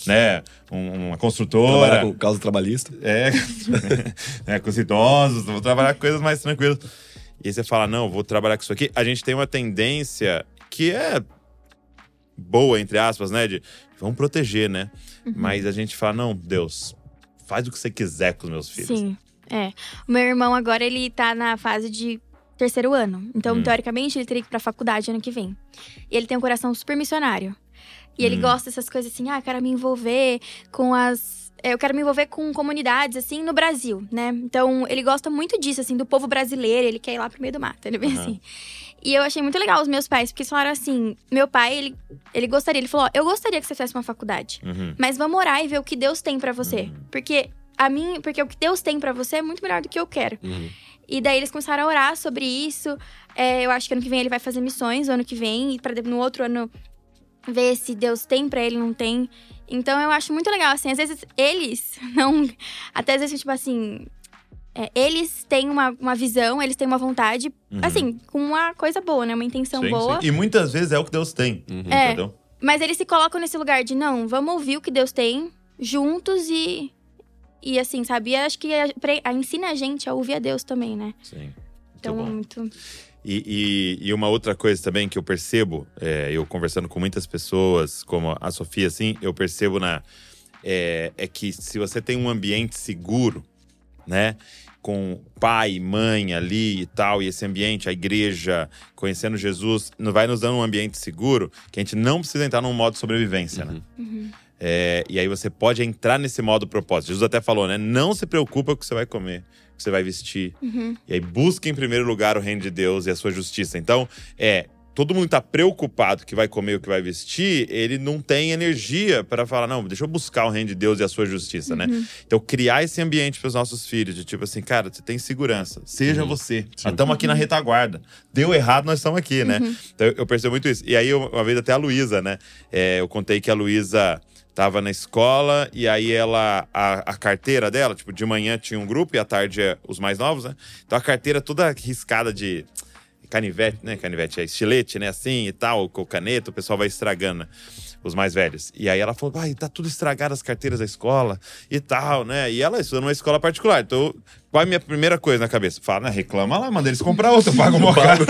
uma construtora. Trabalhar com causa trabalhista. Com os idosos, vou trabalhar com coisas mais tranquilas. E aí você fala, não, vou trabalhar com isso aqui. A gente tem uma tendência que é boa, entre aspas, né, de vamos proteger, né? Mas a gente fala, não, Deus, faz o que você quiser com os meus filhos. Sim. O meu irmão agora, ele tá na fase de 3º ano. Então, teoricamente, ele teria que ir pra faculdade ano que vem. E ele tem um coração super missionário. E ele gosta dessas coisas assim, eu quero me envolver com eu quero me envolver com comunidades, assim, no Brasil, né? Então, ele gosta muito disso, assim, do povo brasileiro. Ele quer ir lá pro meio do mato, ele é bem assim. E eu achei muito legal os meus pais, porque eles falaram assim… Meu pai, ele gostaria, ele falou, eu gostaria que você fizesse uma faculdade. Mas vamos orar e ver o que Deus tem pra você. Porque o que Deus tem pra você é muito melhor do que eu quero. E daí eles começaram a orar sobre isso. Eu acho que ano que vem ele vai fazer missões, o ano que vem. E no outro ano, ver se Deus tem pra ele, não tem. Então, eu acho muito legal, assim. Às vezes, eles não… Até às vezes, tipo assim… eles têm uma visão, eles têm uma vontade, assim, com uma coisa boa, né? Uma intenção boa. Sim. E muitas vezes é o que Deus tem, entendeu? Mas eles se colocam nesse lugar de, não, vamos ouvir o que Deus tem juntos e assim, sabe? E acho que ensina a gente a ouvir a Deus também, né? Sim. Então, muito… E uma outra coisa também que eu percebo, eu conversando com muitas pessoas, como a Sofia, assim, eu percebo é que se você tem um ambiente seguro, né? Com pai, mãe ali e tal, e esse ambiente, a igreja, conhecendo Jesus, vai nos dando um ambiente seguro que a gente não precisa entrar num modo sobrevivência, né? E aí você pode entrar nesse modo propósito. Jesus até falou, né? Não se preocupa com o que você vai comer, o que você vai vestir. E aí busca em primeiro lugar o reino de Deus e a sua justiça. Então, todo mundo tá preocupado que vai comer o que vai vestir, ele não tem energia para falar, não, deixa eu buscar o reino de Deus e a sua justiça, né? Então, criar esse ambiente para os nossos filhos, de tipo assim, cara, você tem segurança, seja você. Nós estamos aqui na retaguarda. Deu errado, nós estamos aqui, né? Então, eu percebo muito isso. E aí, uma vez até a Luísa, né? Eu contei que a Luísa tava na escola e aí a carteira dela, tipo, de manhã tinha um grupo e à tarde os mais novos, né? Então, a carteira toda riscada de… canivete, né? Canivete é estilete, né? Assim e tal, com caneta, o pessoal vai estragando, né? Os mais velhos. E aí ela falou, tá tudo estragado as carteiras da escola e tal, né? E ela estuda numa escola particular. Então, qual é a minha primeira coisa na cabeça? Fala, né? Reclama lá, manda eles comprar outra, eu pago o maior caro.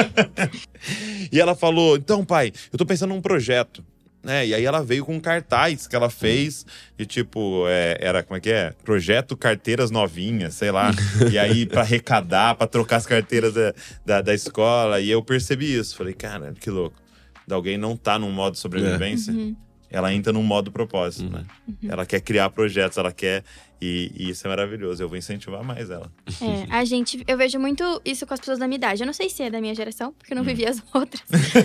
E ela falou, então, pai, eu tô pensando num projeto. Né? E aí ela veio com um cartaz que ela fez de tipo, era, como é que é? Projeto Carteiras Novinhas, sei lá. E aí pra arrecadar, pra trocar as carteiras da escola. E eu percebi isso, falei, cara, que louco. Alguém não tá num modo sobrevivência, ela entra num modo propósito, né? Ela quer criar projetos, ela quer… E isso é maravilhoso, eu vou incentivar mais ela. Eu vejo muito isso com as pessoas da minha idade. Eu não sei se é da minha geração, porque eu não vivi as outras.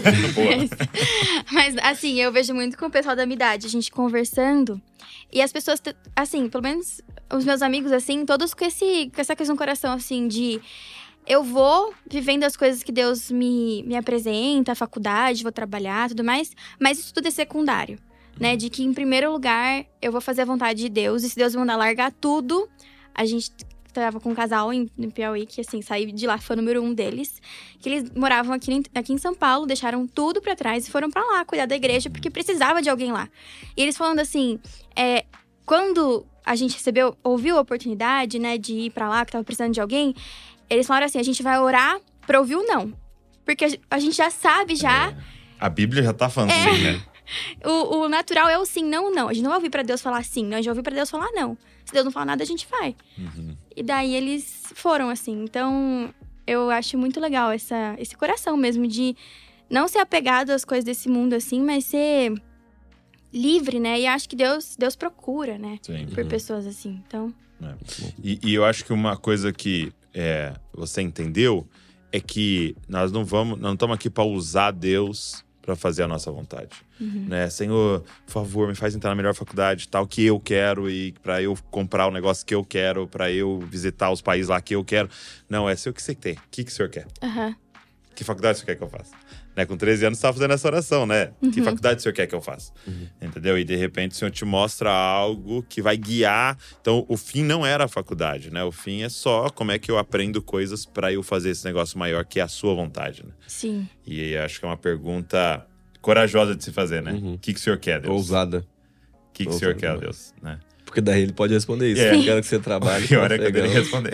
mas, assim, eu vejo muito com o pessoal da minha idade, a gente conversando. E as pessoas, assim, pelo menos os meus amigos, assim, todos com essa coisa no coração, assim, de… Eu vou vivendo as coisas que Deus me apresenta, a faculdade, vou trabalhar, tudo mais. Mas isso tudo é secundário. Né, de que, em primeiro lugar, eu vou fazer a vontade de Deus. E se Deus mandar largar tudo… A gente tava com um casal no Piauí, que assim, saí de lá, foi o número 1 deles. Que eles moravam aqui em São Paulo, deixaram tudo pra trás e foram pra lá cuidar da igreja, porque precisava de alguém lá. E eles falando assim, quando a gente ouviu a oportunidade, né, de ir pra lá, que tava precisando de alguém, eles falaram assim, a gente vai orar pra ouvir o não. Porque a gente já sabe, A Bíblia já tá falando assim, né? O natural é o sim, não, não. A gente não vai ouvir pra Deus falar sim, a gente vai ouvir pra Deus falar não. Se Deus não falar nada, a gente vai. E daí eles foram assim. Então, eu acho muito legal esse coração mesmo de não ser apegado às coisas desse mundo assim, mas ser livre, né? E acho que Deus procura, né? Sim. Por pessoas assim. Então… E eu acho que uma coisa que você entendeu é que nós não estamos aqui para usar Deus para fazer a nossa vontade, né? Senhor, por favor, me faz entrar na melhor faculdade, tal, que eu quero, e para eu comprar o negócio que eu quero, para eu visitar os países lá que eu quero. Não, é o que você tem. O que o senhor quer? Que faculdade você quer que eu faça? Né? Com 13 anos, você estava fazendo essa oração, né? Que faculdade o senhor quer que eu faça? Entendeu? E de repente o senhor te mostra algo que vai guiar. Então, o fim não era a faculdade, né? O fim é só como é que eu aprendo coisas para eu fazer esse negócio maior, que é a sua vontade, né? Sim. E acho que é uma pergunta corajosa de se fazer, né? O que o senhor quer, Deus? Ousada. O que o senhor quer, Deus? Né? Porque daí ele pode responder isso. Eu quero que você trabalhe. Pior é quando ele responder.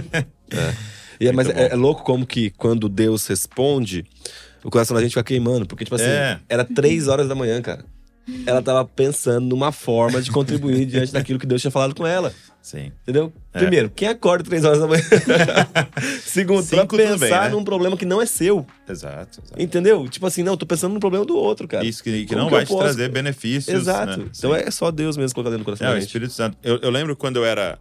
Mas é louco como que quando Deus responde, o coração da gente fica queimando. Porque, tipo assim, era 3 horas da manhã, cara. ela tava pensando numa forma de contribuir diante daquilo que Deus tinha falado com ela. Sim. Entendeu? Primeiro, quem acorda 3 horas da manhã? Segundo, pra pensar bem, né? num problema que não é seu. Exato. Entendeu? Tipo assim, não, tô pensando no problema do outro, cara. Isso que Como não que vai eu te posso? trazer benefícios. Exato. Né? Então é só Deus mesmo colocar dentro do coração É, da o gente. Espírito Santo. Eu lembro quando eu era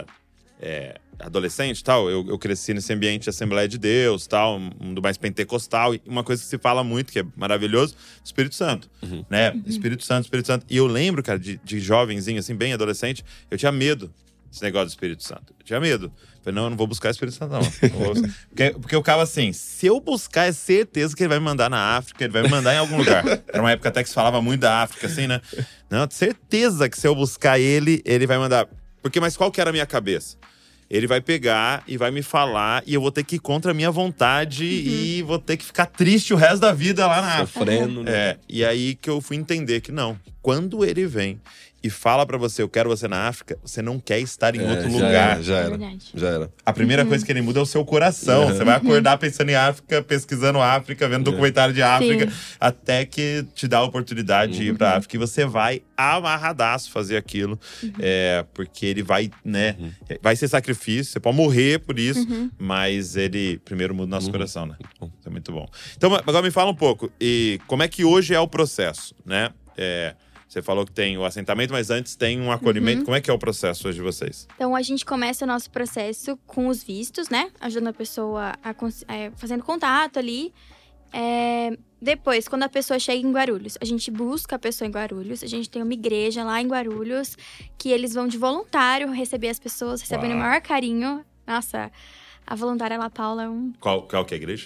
adolescente e tal, eu cresci nesse ambiente de Assembleia de Deus, tal, um mundo mais pentecostal. E uma coisa que se fala muito, que é maravilhoso, Espírito Santo, né? Espírito Santo. E eu lembro, cara, de jovenzinho, assim, bem adolescente, eu tinha medo desse negócio do Espírito Santo. Eu tinha medo. Falei, não, eu não vou buscar o Espírito Santo, não. Porque eu ficava assim, se eu buscar, é certeza que ele vai me mandar na África, ele vai me mandar em algum lugar. Era uma época até que se falava muito da África, assim, né? Não, certeza que se eu buscar ele vai mandar. Mas qual que era a minha cabeça? Ele vai pegar e vai me falar e eu vou ter que ir contra a minha vontade e vou ter que ficar triste o resto da vida lá na África. Sofrendo, né? E aí que eu fui entender que não. Quando ele vem e fala pra você, eu quero você na África, você não quer estar em outro lugar. Já era. Verdade. Já era. A primeira coisa que ele muda é o seu coração. Você vai acordar pensando em África, pesquisando África, vendo documentário de África, até que te dá a oportunidade de ir pra África. E você vai amarradaço fazer aquilo. Porque ele vai, né? Vai ser sacrifício, você pode morrer por isso, mas ele primeiro muda o nosso coração, né? Isso é muito bom. Então, agora me fala um pouco. E como é que hoje é o processo, né? Você falou que tem o assentamento, mas antes tem um acolhimento. Como é que é o processo hoje de vocês? Então, a gente começa o nosso processo com os vistos, né? Ajudando a pessoa fazendo contato ali. Depois, quando a pessoa chega em Guarulhos, a gente busca a pessoa em Guarulhos. A gente tem uma igreja lá em Guarulhos, que eles vão de voluntário receber as pessoas, recebendo o maior carinho. Nossa, a voluntária lá, Paula, é um... Qual que é a igreja?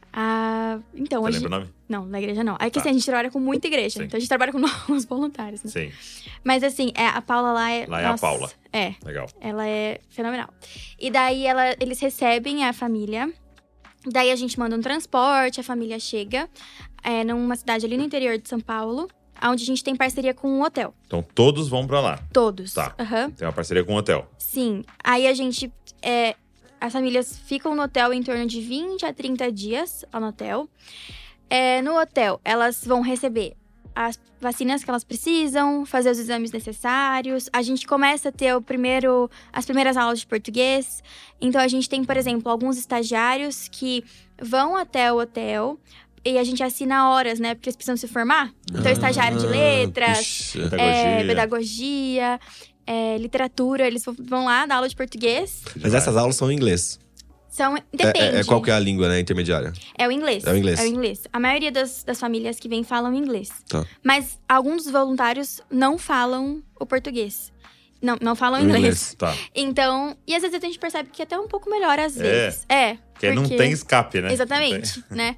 Então, Você lembra o nome? Não, na igreja não. É que assim, a gente trabalha com muita igreja. Sim. Então a gente trabalha com os voluntários, né? Sim. Mas assim, a Paula lá é... Lá é a Paula. Legal. Ela é fenomenal. E daí eles recebem a família. Daí a gente manda um transporte, a família chega numa cidade ali no interior de São Paulo, onde a gente tem parceria com um hotel. Então todos vão pra lá. Todos. Tá. Aham. Tem uma parceria com o hotel. Sim. Aí a gente... as famílias ficam no hotel em torno de 20 a 30 dias lá no hotel. No hotel, elas vão receber as vacinas que elas precisam, fazer os exames necessários. A gente começa a ter as primeiras aulas de português. Então, a gente tem, por exemplo, alguns estagiários que vão até o hotel e a gente assina horas, né? Porque eles precisam se formar. Então, estagiário de letras, pedagogia, literatura. Eles vão lá dar aula de português. Mas essas aulas são em inglês. Depende. Qual que é a língua, né, intermediária? É o inglês. É o inglês. É o inglês. A maioria das famílias que vêm falam inglês. Tá. Mas alguns dos voluntários não falam o português. Não falam inglês. Tá. Então, e às vezes a gente percebe que é até um pouco melhor às vezes. Porque não tem escape, né? Exatamente, né?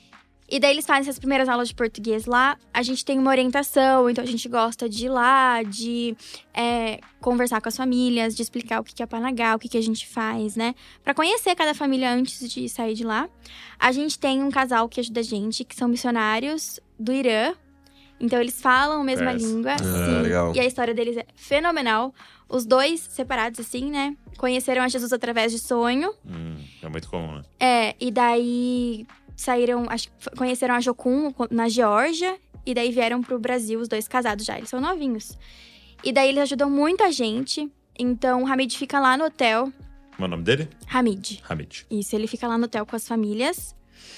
E daí eles fazem essas primeiras aulas de português lá. A gente tem uma orientação, então a gente gosta de ir lá, de conversar com as famílias, de explicar o que é Panagá, o que a gente faz, né? Pra conhecer cada família antes de sair de lá. A gente tem um casal que ajuda a gente, que são missionários do Irã. Então eles falam a mesma língua. Sim, legal. E a história deles é fenomenal. Os dois separados, assim, né? Conheceram a Jesus através de sonho. É muito comum, né? E daí conheceram a Jocum na Geórgia. E daí vieram pro Brasil, os dois casados já. Eles são novinhos. E daí eles ajudam muito a gente. Então o Hamid fica lá no hotel. Como é o nome dele? Hamid. Isso, ele fica lá no hotel com as famílias.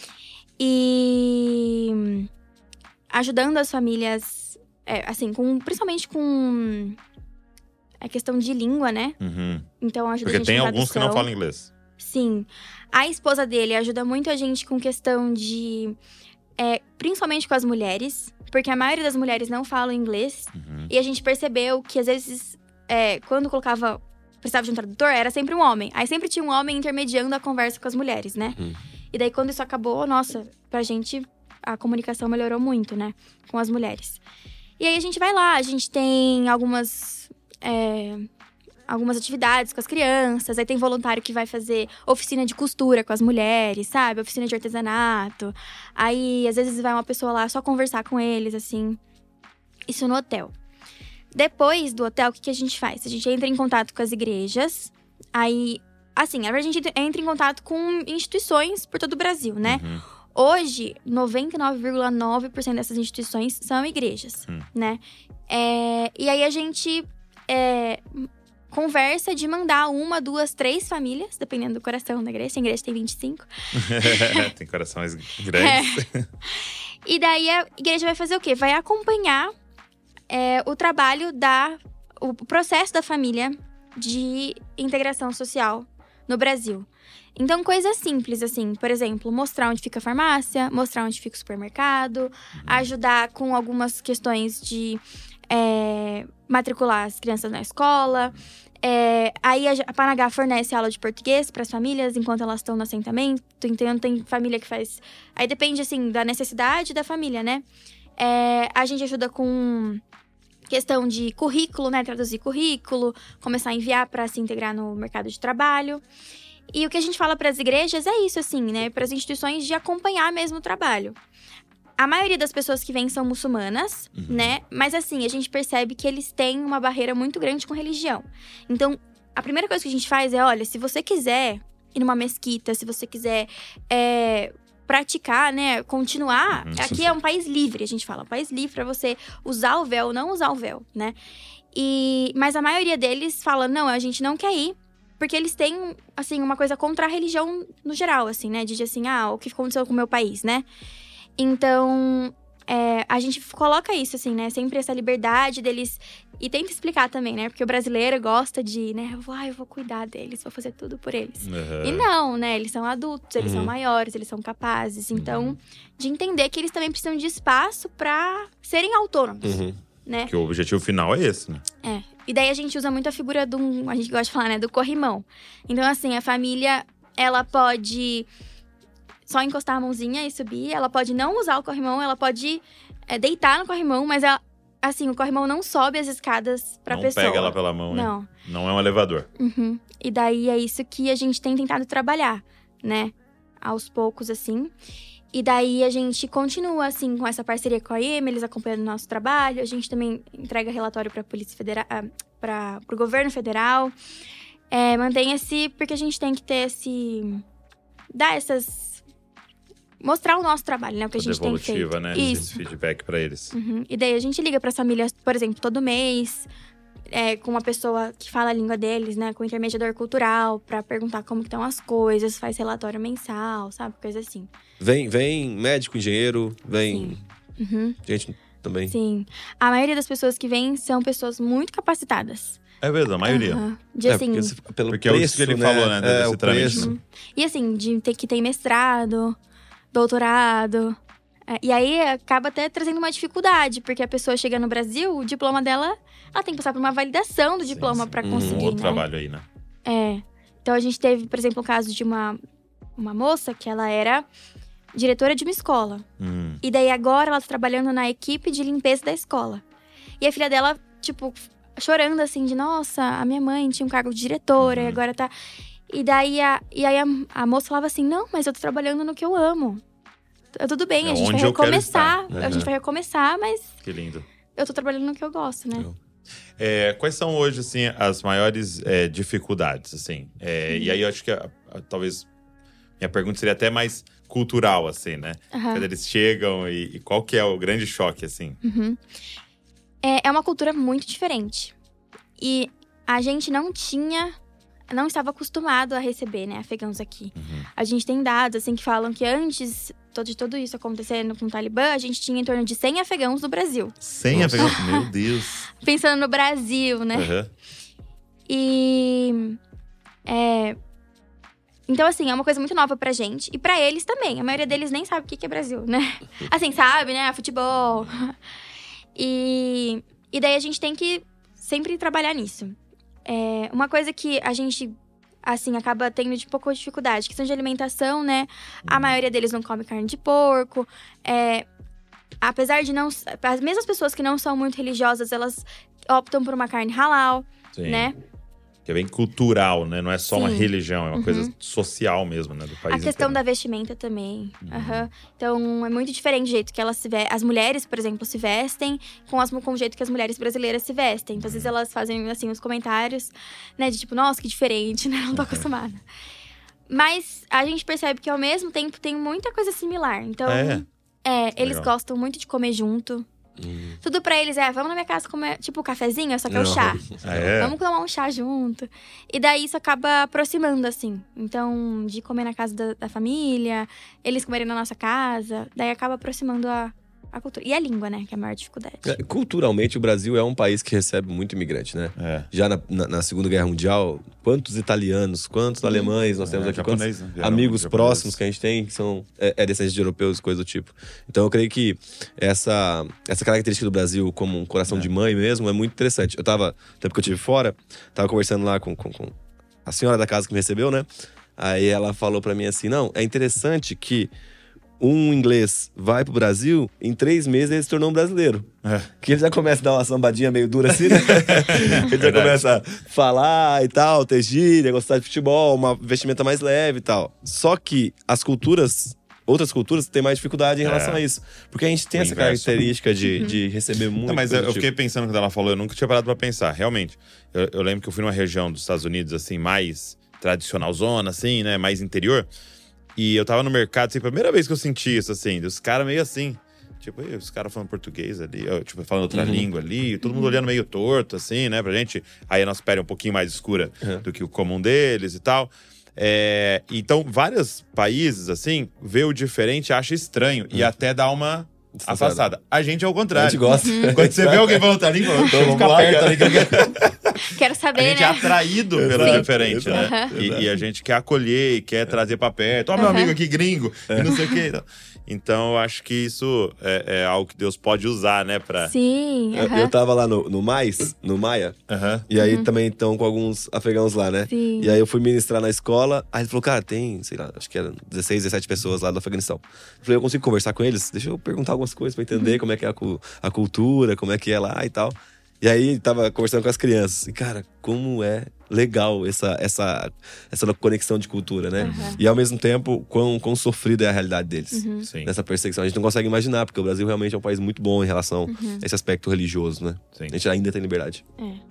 E... ajudando as famílias, assim, principalmente com a questão de língua, né? Então ajuda a gente Porque tem com alguns que não falam inglês. Sim. A esposa dele ajuda muito a gente com questão de... principalmente com as mulheres. Porque a maioria das mulheres não falam inglês. E a gente percebeu que, às vezes, quando precisava de um tradutor, era sempre um homem. Aí sempre tinha um homem intermediando a conversa com as mulheres, né? E daí, quando isso acabou, nossa, pra gente... a comunicação melhorou muito, né? Com as mulheres. E aí a gente vai lá, a gente tem algumas atividades com as crianças. Aí tem voluntário que vai fazer oficina de costura com as mulheres, sabe? Oficina de artesanato. Aí, às vezes, vai uma pessoa lá só conversar com eles, assim. Isso no hotel. Depois do hotel, o que a gente faz? A gente entra em contato com as igrejas. Aí, assim, a gente entra em contato com instituições por todo o Brasil, né? Hoje, 99,9% dessas instituições são igrejas, né? E aí a gente conversa de mandar 1, 2, 3 famílias, dependendo do coração da igreja. A igreja tem 25. Tem corações grandes. E daí a igreja vai fazer o quê? Vai acompanhar o trabalho o processo da família de integração social no Brasil. Então, coisas simples, assim, por exemplo, mostrar onde fica a farmácia, mostrar onde fica o supermercado, ajudar com algumas questões de matricular as crianças na escola. Aí a Panagá fornece aula de português para as famílias enquanto elas estão no assentamento. Então, tem família que faz… Aí depende, assim, da necessidade da família, né? A gente ajuda com questão de currículo, né? Traduzir currículo, começar a enviar para se integrar no mercado de trabalho. E o que a gente fala para as igrejas é isso, assim, né? Para as instituições de acompanhar mesmo o trabalho. A maioria das pessoas que vêm são muçulmanas, né? Mas assim, a gente percebe que eles têm uma barreira muito grande com religião. Então, a primeira coisa que a gente faz é, olha, se você quiser ir numa mesquita, se você quiser praticar, né? Continuar, aqui é um país livre, a gente fala. Um país livre para você usar o véu ou não usar o véu, né? Mas a maioria deles fala, não, a gente não quer ir. Porque eles têm, assim, uma coisa contra a religião no geral, assim, né? De assim, o que aconteceu com o meu país, né? Então, a gente coloca isso, assim, né? Sempre essa liberdade deles. E tenta explicar também, né? Porque o brasileiro gosta de, né? Eu vou cuidar deles, vou fazer tudo por eles. E não, né? Eles são adultos, eles são maiores, eles são capazes. Então, de entender que eles também precisam de espaço pra serem autônomos, né? Que o objetivo final é esse, né? E daí a gente usa muito a figura a gente gosta de falar, né? Do corrimão. Então, assim, a família, ela pode só encostar a mãozinha e subir. Ela pode não usar o corrimão, ela pode deitar no corrimão. Mas, assim, o corrimão não sobe as escadas pra pessoa. Não pega ela pela mão, não. Né? Não é um elevador. E daí é isso que a gente tem tentado trabalhar, né? Aos poucos, assim. E daí a gente continua, assim, com essa parceria com a IEM, eles acompanhando o nosso trabalho. A gente também entrega relatório para a Polícia Federal, para o governo federal. Mantém porque a gente tem que ter mostrar o nosso trabalho, né? O que a gente tem feito. Né? Isso. Esse feedback para eles. E daí a gente liga para as famílias, por exemplo, todo mês. Com uma pessoa que fala a língua deles, né? Com um intermediador cultural, pra perguntar como que estão as coisas, faz relatório mensal, sabe? Coisa assim. Vem médico, engenheiro, vem gente também. Sim. A maioria das pessoas que vêm são pessoas muito capacitadas. É verdade, a maioria. Porque é isso que ele falou, né? O preço. E assim, que tem mestrado, doutorado. E aí, acaba até trazendo uma dificuldade. Porque a pessoa chega no Brasil, o diploma dela… Ela tem que passar por uma validação do diploma pra conseguir, outro trabalho aí, né? Então, a gente teve, por exemplo, o caso de uma moça que ela era diretora de uma escola. E daí, agora, ela tá trabalhando na equipe de limpeza da escola. E a filha dela, tipo, chorando assim, de… Nossa, a minha mãe tinha um cargo de diretora e agora tá… E daí, a moça falava assim… Não, mas eu tô trabalhando no que eu amo. Tudo bem, a gente vai recomeçar. A gente vai recomeçar, mas… Que lindo. Eu tô trabalhando no que eu gosto, né? Quais são hoje, assim, as maiores dificuldades, assim? E aí, eu acho que talvez minha pergunta seria até mais cultural, assim, né? Quando eles chegam e qual que é o grande choque, assim? É uma cultura muito diferente. E a gente não estava acostumado a receber, né, afegãos aqui. A gente tem dados, assim, que falam que antes de tudo isso acontecendo com o Talibã, a gente tinha em torno de 100 afegãos no Brasil. 100 afegãos? Meu Deus! Pensando no Brasil, né? Então, assim, é uma coisa muito nova pra gente. E pra eles também. A maioria deles nem sabe o que é Brasil, né? Assim, sabe, né? Futebol. E daí a gente tem que sempre trabalhar nisso. Uma coisa que a gente, assim, acaba tendo de pouca dificuldade, questão de alimentação, né? A maioria deles não come carne de porco. Apesar de não… As mesmas pessoas que não são muito religiosas, elas optam por uma carne halal, né? Que é bem cultural, né? Não é só uma religião, é uma coisa social mesmo, né? Do país A questão inteiro. da vestimenta também. Então, é muito diferente o jeito que elas se vestem. As mulheres, por exemplo, se vestem com o jeito que as mulheres brasileiras se vestem. Então, às vezes, elas fazem, assim, os comentários, né? De tipo, nossa, que diferente, né? Não tô acostumada. Mas a gente percebe que ao mesmo tempo tem muita coisa similar. Então, eles Legal. gostam muito de comer junto. Tudo pra eles vamos na minha casa comer, tipo, cafezinho, só que é o chá. Vamos tomar um chá junto. E daí isso acaba aproximando, assim. Então, de comer na casa da família, eles comerem na nossa casa, daí acaba aproximando a cultura. E a língua, né, que é a maior dificuldade. Culturalmente, o Brasil é um país que recebe muito imigrante, né? Já na Segunda Guerra Mundial, quantos italianos, quantos alemães nós temos aqui, japonês, quantos né? amigos Japonês. próximos que a gente tem que são descendentes de europeus, coisa do tipo. Então eu creio que essa característica do Brasil como um coração de mãe mesmo é muito interessante. Eu tava, tempo que eu estive fora, tava conversando lá com a senhora da casa que me recebeu, né? Aí ela falou pra mim assim, não, é interessante que um inglês vai pro Brasil, em 3 meses ele se tornou um brasileiro. Que ele já começa a dar uma sambadinha meio dura assim, né? Ele já começa a falar e tal, ter gíria, gostar de futebol, uma vestimenta mais leve e tal. Só que outras culturas têm mais dificuldade em relação a isso. Porque a gente tem essa característica de receber muito. Não, mas eu fiquei pensando quando ela falou, eu nunca tinha parado pra pensar. Realmente, eu lembro que eu fui numa região dos Estados Unidos, assim, mais tradicional zona, assim, né? Mais interior. E eu tava no mercado, assim, primeira vez que eu senti isso, assim, dos caras meio assim. Tipo, os caras falando português ali, tipo, falando outra língua ali, todo mundo olhando meio torto, assim, né, pra gente. Aí a nossa pele é um pouquinho mais escura do que o comum deles e tal. Então, vários países, assim, vê o diferente e acha estranho. E até dá uma afastada. A gente é o contrário. A gente gosta. Quando você vê alguém falando outra língua, vamos ficar perto ali. Quero saber, A gente né? é atraído pelo diferente, né? E a gente quer acolher e quer trazer pra perto. Ó, meu amigo aqui, gringo, e não sei o quê. Então, eu acho que isso é algo que Deus pode usar, né? Pra... Sim, Eu tava lá no Maia, e aí também estão com alguns afegãos lá, né? Sim. E aí eu fui ministrar na escola, aí ele falou, cara, tem, sei lá, acho que eram 16, 17 pessoas lá do Afeganistão. Eu falei, eu consigo conversar com eles? Deixa eu perguntar algumas coisas pra entender como é que é a cultura, como é que é lá e tal. E aí, tava conversando com as crianças. E, cara, como é legal essa conexão de cultura, né? E, ao mesmo tempo, quão sofrida é a realidade deles. Sim. Nessa perseguição. A gente não consegue imaginar, porque o Brasil realmente é um país muito bom em relação a esse aspecto religioso, né? Sim. A gente ainda tem liberdade.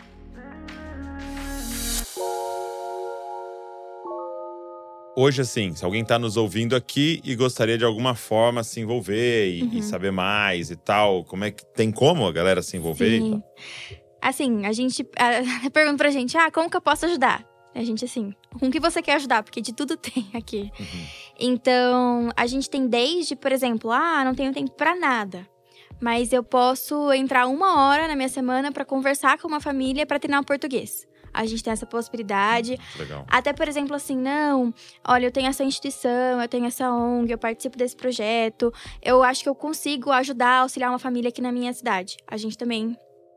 Hoje, assim, se alguém tá nos ouvindo aqui e gostaria de alguma forma se envolver e saber mais e tal, como é que tem como a galera se envolver? E tal? Assim, a gente pergunta pra gente, como que eu posso ajudar? A gente, assim, com o que você quer ajudar? Porque de tudo tem aqui. Então, a gente tem desde, por exemplo, não tenho tempo pra nada. Mas eu posso entrar 1 hora na minha semana pra conversar com uma família pra treinar o português. A gente tem essa possibilidade. Legal. Até, por exemplo, assim, não, olha, eu tenho essa instituição, eu tenho essa ONG, eu participo desse projeto. Eu acho que eu consigo ajudar, auxiliar uma família aqui na minha cidade. A gente também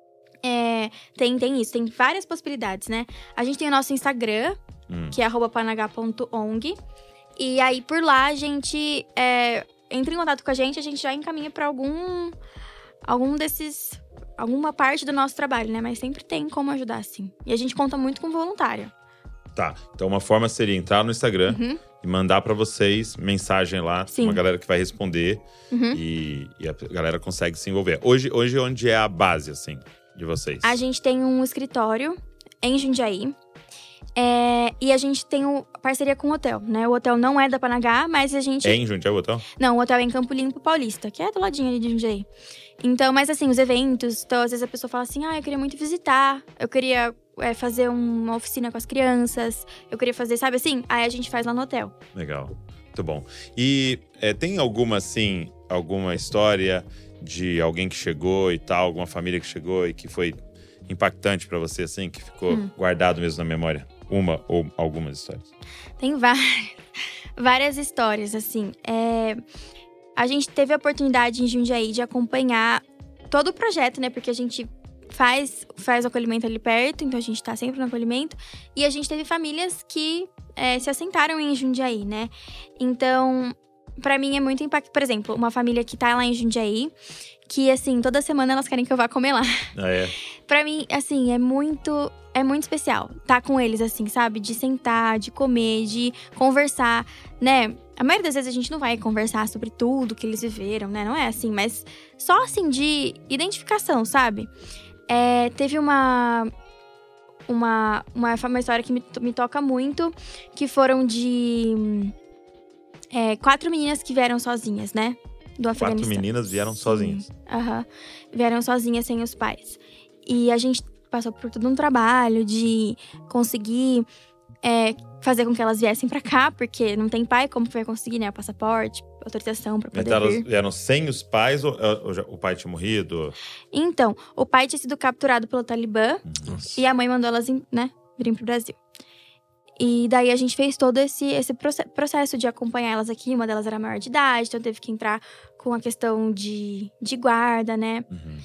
tem isso, tem várias possibilidades, né? A gente tem o nosso Instagram, que é @panagá.ong. E aí, por lá, a gente entra em contato com a gente já encaminha pra algum desses... alguma parte do nosso trabalho, né? Mas sempre tem como ajudar, sim. E a gente conta muito com voluntário. Tá, então uma forma seria entrar no Instagram e mandar pra vocês mensagem lá. Sim. Uma galera que vai responder e a galera consegue se envolver. Hoje, onde é a base, assim, de vocês? A gente tem um escritório em Jundiaí. E a gente tem parceria com o hotel, né? O hotel não é da Panagá, mas a gente... É em Jundiaí o hotel? Não, o hotel é em Campo Limpo Paulista, que é do ladinho ali de Jundiaí. Então, mas assim, os eventos... Então, às vezes a pessoa fala assim, eu queria muito visitar. Eu queria fazer uma oficina com as crianças. Eu queria fazer, sabe assim? Aí a gente faz lá no hotel. Legal, muito bom. E tem alguma história de alguém que chegou e tal, alguma família que chegou e que foi impactante pra você, assim, que ficou guardado mesmo na memória? Uma ou algumas histórias? Tem várias histórias, assim. A gente teve a oportunidade em Jundiaí de acompanhar todo o projeto, né? Porque a gente faz o acolhimento ali perto, então a gente tá sempre no acolhimento. E a gente teve famílias que se assentaram em Jundiaí, né? Então, pra mim é muito impactante. Por exemplo, uma família que tá lá em Jundiaí, que, assim, toda semana elas querem que eu vá comer lá. Pra mim, assim, é muito especial tá com eles, assim, sabe? De sentar, de comer, de conversar, né? A maioria das vezes a gente não vai conversar sobre tudo que eles viveram, né? Não é assim, mas só, assim, de identificação, sabe? Teve uma uma história que me toca muito, que foram de 4 meninas que vieram sozinhas, né? Do Afeganistão. 4 meninas vieram sozinhas. Aham. Vieram sozinhas, sem os pais. E a gente passou por todo um trabalho de conseguir fazer com que elas viessem pra cá, porque não tem pai, como que vai conseguir, né? O passaporte, autorização pra poder Então, elas vir. vieram sem os pais ou o pai tinha morrido? Então, o pai tinha sido capturado pelo Talibã Nossa. e a mãe mandou elas, né, virem pro Brasil. E daí a gente fez todo esse processo de acompanhar elas aqui. Uma delas era maior de idade, então teve que entrar com a questão de guarda, né? Uhum.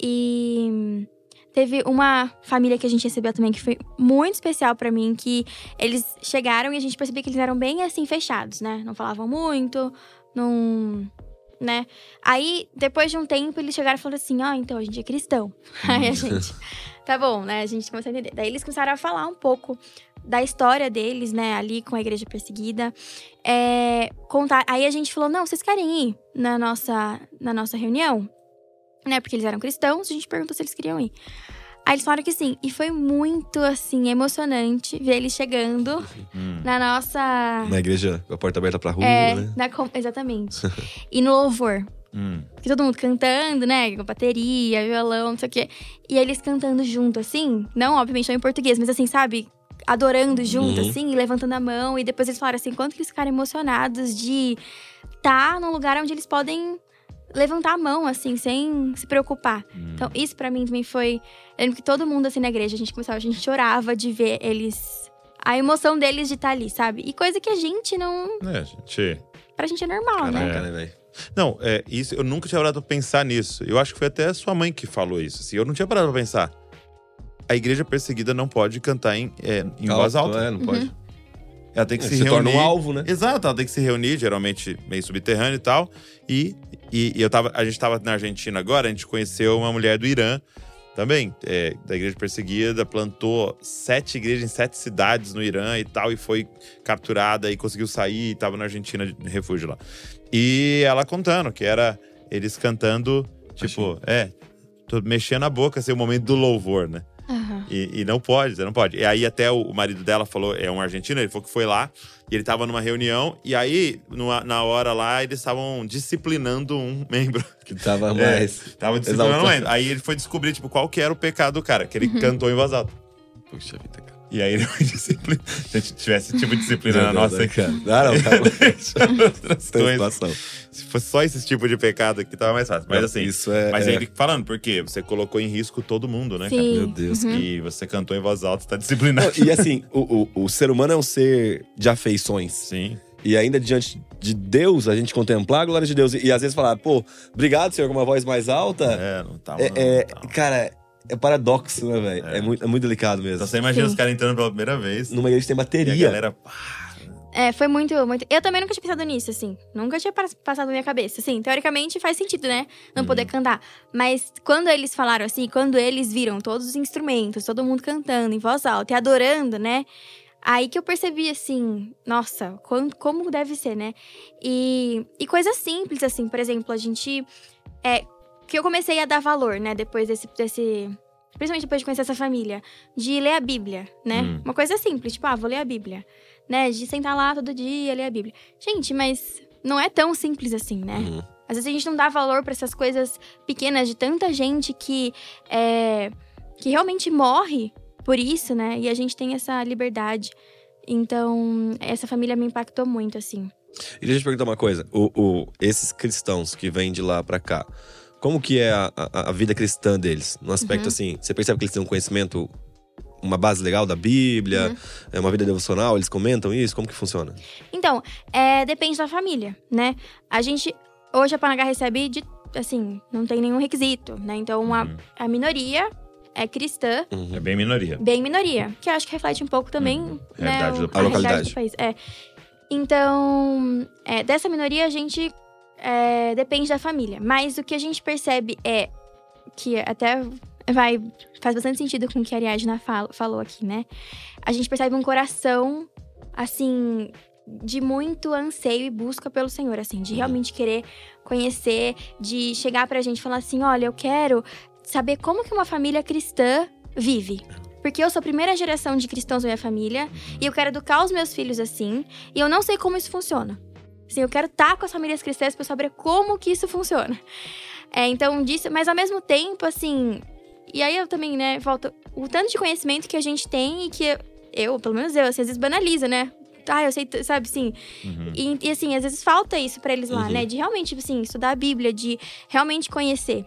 E teve uma família que a gente recebeu também que foi muito especial pra mim, que eles chegaram e a gente percebia que eles eram bem assim fechados, né? Não falavam muito, não, né? Aí, depois de um tempo, eles chegaram e falaram assim: então a gente é cristão. Aí a gente, tá bom, né? A gente começou a entender. Daí eles começaram a falar um pouco da história deles, né, ali com a igreja perseguida. Contar. Aí a gente falou: não, vocês querem ir na nossa reunião? Né, porque eles eram cristãos, a gente perguntou se eles queriam ir. Aí eles falaram que sim. E foi muito, assim, emocionante ver eles chegando na nossa... Na igreja, com a porta aberta pra rua, né? Exatamente. E no louvor. Que todo mundo cantando, né? Com bateria, violão, não sei o quê. E eles cantando junto, assim. Não, obviamente, não em português, mas assim, sabe? Adorando junto, assim, e levantando a mão. E depois eles falaram assim, quanto que eles ficaram emocionados de estar num lugar onde eles podem levantar a mão, assim, sem se preocupar. Então, isso pra mim também foi... Eu lembro que todo mundo, assim, na igreja, a gente chorava de ver eles... A emoção deles de estar ali, sabe? E coisa que a gente não... Pra gente é normal, né? Caraca, né, velho? Não, isso, eu nunca tinha parado pra pensar nisso. Eu acho que foi até a sua mãe que falou isso. Assim, eu não tinha parado pra pensar. A igreja perseguida não pode cantar em voz alta. Não pode. Ela tem que se Se reunir. torna um alvo, né? Exato, ela tem que se reunir, geralmente meio subterrâneo e tal. E a gente tava na Argentina agora, a gente conheceu uma mulher do Irã também, da igreja perseguida, plantou 7 igrejas em 7 cidades no Irã e tal, e foi capturada e conseguiu sair, e tava na Argentina de refúgio lá. E ela contando que era eles cantando, tipo, mexendo a boca, assim, o momento do louvor, né? Uhum. E não pode, você não pode. E aí até o marido dela falou, é um argentino, ele falou que foi lá, e ele tava numa reunião, e aí, na hora lá, eles estavam disciplinando um membro. Que tava mais... Tava disciplinando um membro. Aí ele foi descobrir, tipo, qual que era o pecado do cara, que ele cantou em voz alta. Puxa vida, cara. E aí ele foi disciplina. Se a gente tivesse tipo de disciplina na nossa, cara. Não, calma. outras coisas. Se fosse só esse tipo de pecado aqui, tava mais fácil. Mas assim, isso mas ele falando, porque você colocou em risco todo mundo, né, cara? Sim. Meu Deus. E você cantou em voz alta, você tá disciplinado. E assim, o ser humano é um ser de afeições. Sim. E ainda diante de Deus, a gente contemplar a glória de Deus. E às vezes falar, pô, obrigado, Senhor, com uma voz mais alta. Não tá. Cara, é paradoxo, né, velho? É muito delicado mesmo. Então você imagina Sim. os caras entrando pela primeira vez. Numa igreja que tem E bateria. a galera... Foi muito, muito... Eu também nunca tinha pensado nisso, assim. Nunca tinha passado na minha cabeça. Assim, teoricamente faz sentido, né? Não poder cantar. Mas quando eles falaram assim, quando eles viram todos os instrumentos, todo mundo cantando em voz alta e adorando, né? Aí que eu percebi, assim, nossa, como deve ser, né? E coisas simples, assim, por exemplo, a gente... que eu comecei a dar valor, né? Depois desse principalmente depois de conhecer essa família. De ler a Bíblia, né? Uma coisa simples, tipo, vou ler a Bíblia. Né? De sentar lá todo dia, ler a Bíblia. Gente, mas não é tão simples assim, né? Às vezes a gente não dá valor pra essas coisas pequenas de tanta gente que realmente morre por isso, né? E a gente tem essa liberdade. Então, essa família me impactou muito, assim. E deixa eu te perguntar uma coisa. Esses cristãos que vêm de lá pra cá, como que é a vida cristã deles? No aspecto assim, você percebe que eles têm um conhecimento, uma base legal da Bíblia, uma vida devocional, eles comentam isso? Como que funciona? Então, depende da família, né? A gente, hoje a Panagá recebe assim, não tem nenhum requisito, né? Então, a minoria é cristã. É bem minoria. Bem minoria. Que eu acho que reflete um pouco também, né? A realidade do país. Então, dessa minoria a gente depende da família. Mas o que a gente percebe que até faz bastante sentido com o que a Ariadna falou aqui, né? A gente percebe um coração, assim, de muito anseio e busca pelo Senhor, assim, de realmente querer conhecer, de chegar pra gente e falar assim, olha, eu quero saber como que uma família cristã vive. porque eu sou a primeira geração de cristãos da minha família e eu quero educar os meus filhos assim, e eu não sei como isso funciona. Assim, eu quero estar com as famílias cristãs para saber como que isso funciona. Então, disso, mas ao mesmo tempo, assim… E aí eu também, né, volto… O tanto de conhecimento que a gente tem e que pelo menos eu, assim, às vezes banaliza, né? Eu sei, sabe, assim… E assim, às vezes falta isso pra eles lá, né? De realmente, tipo assim, estudar a Bíblia, de realmente conhecer.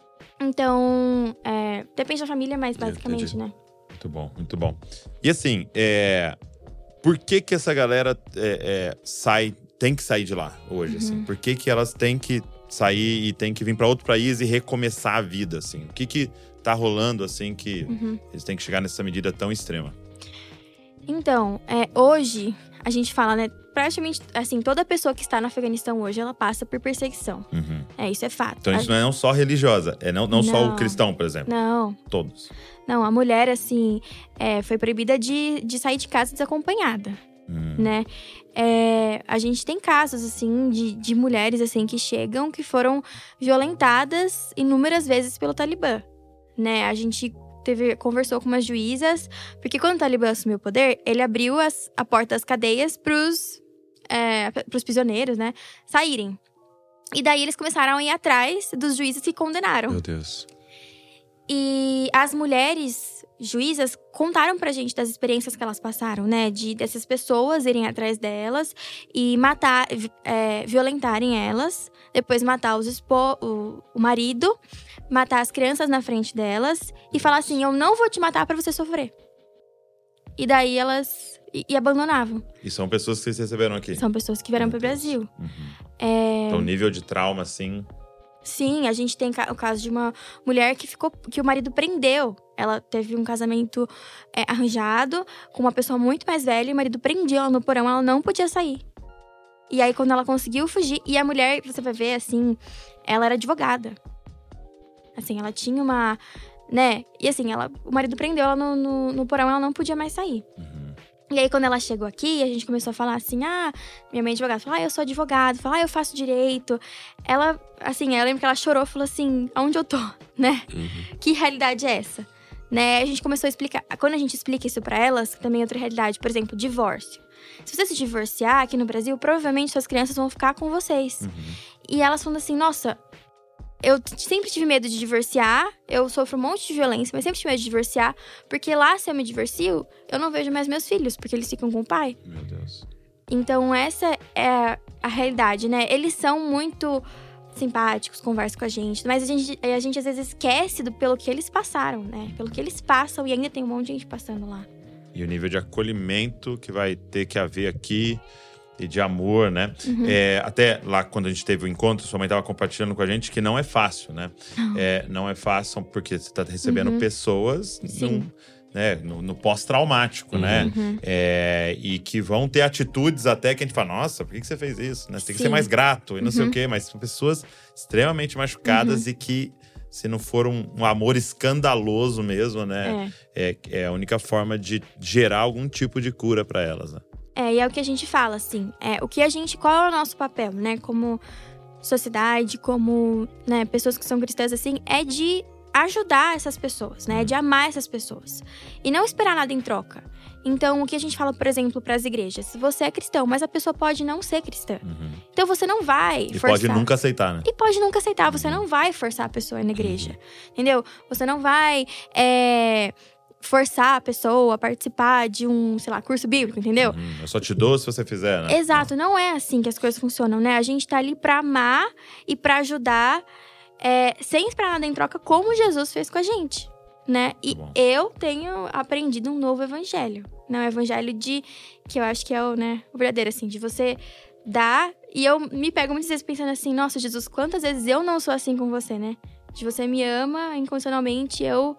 Então, depende da família, mas basicamente, né? Muito bom, muito bom. E assim, por que essa galera tem que sair de lá hoje, assim? Por que elas têm que sair e têm que vir pra outro país e recomeçar a vida, assim? O que tá rolando, assim, que eles têm que chegar nessa medida tão extrema? Então, hoje, a gente fala, né? Praticamente, assim, toda pessoa que está no Afeganistão hoje, ela passa por perseguição. Isso é fato. Então, isso não é só religiosa, não só o cristão, por exemplo. Não. Todos. Não, a mulher, assim, foi proibida de sair de casa desacompanhada, né? A gente tem casos, assim, de mulheres, assim, que chegam, que foram violentadas inúmeras vezes pelo Talibã, né? A gente conversou com umas juízas, porque quando o Talibã assumiu o poder, ele abriu a porta das cadeias pros prisioneiros, né, saírem. E daí eles começaram a ir atrás dos juízes que condenaram. Meu Deus. E as mulheres juízas contaram pra gente das experiências que elas passaram, né? Dessas pessoas irem atrás delas e violentarem elas. Depois matar o marido, matar as crianças na frente delas e falar assim, eu não vou te matar pra você sofrer. E daí elas… E abandonavam. E são pessoas que vocês receberam aqui? São pessoas que vieram pro Brasil. Então, nível de trauma, assim… Sim, a gente tem o caso de uma mulher que o marido prendeu. Ela teve um casamento arranjado com uma pessoa muito mais velha. E o marido prendeu ela no porão, ela não podia sair. E aí, quando ela conseguiu fugir… E a mulher, você vai ver, assim… Ela era advogada. Assim, ela tinha uma… Né? E assim, o marido prendeu ela no porão, ela não podia mais sair. E aí, quando ela chegou aqui, a gente começou a falar assim… minha mãe é advogada. Falou, eu sou advogada. Falou, eu faço direito. Ela, assim, eu lembro que ela chorou. Falou assim, aonde eu tô, né? Que realidade é essa? Né? A gente começou a explicar… Quando a gente explica isso pra elas, também é outra realidade. Por exemplo, divórcio. Se você se divorciar aqui no Brasil, provavelmente suas crianças vão ficar com vocês. E elas falam assim, nossa… Eu sempre tive medo de divorciar, eu sofro um monte de violência, mas sempre tive medo de divorciar. Porque lá, se eu me divorcio, eu não vejo mais meus filhos, porque eles ficam com o pai. Meu Deus. Então, essa é a realidade, né? Eles são muito simpáticos, conversam com a gente. Mas a gente às vezes esquece pelo que eles passaram, né? Pelo que eles passam, e ainda tem um monte de gente passando lá. E o nível de acolhimento que vai ter que haver aqui… E de amor, né? Até lá, quando a gente teve o encontro, sua mãe estava compartilhando com a gente que não é fácil, né? Não é fácil porque você está recebendo pessoas no pós-traumático, né? E que vão ter atitudes até que a gente fala, nossa, por que você fez isso? Né? Você tem que ser mais grato e não sei o quê. Mas são pessoas extremamente machucadas e que… Se não for um amor escandaloso mesmo, né? É a única forma de gerar algum tipo de cura para elas, né? E é o que a gente fala, assim. Qual é o nosso papel, né? Como sociedade, como, né, pessoas que são cristãs, assim, é de ajudar essas pessoas, né? É de amar essas pessoas. E não esperar nada em troca. Então, o que a gente fala, por exemplo, para as igrejas? Você é cristão, mas a pessoa pode não ser cristã. Então, você não vai forçar. E pode nunca aceitar, né? E pode nunca aceitar. Você não vai forçar a pessoa a ir na igreja. Entendeu? Você não vai… forçar a pessoa a participar de um, sei lá, curso bíblico, entendeu? Eu só te dou se você fizer, né? Exato, não é assim que as coisas funcionam, né? A gente tá ali pra amar e pra ajudar, sem esperar nada em troca, como Jesus fez com a gente, né? E eu tenho aprendido um novo evangelho, né? Um evangelho que eu acho que é o verdadeiro, assim, de você dar… E eu me pego muitas vezes pensando assim, nossa, Jesus, quantas vezes eu não sou assim com você, né? De você me ama incondicionalmente, eu…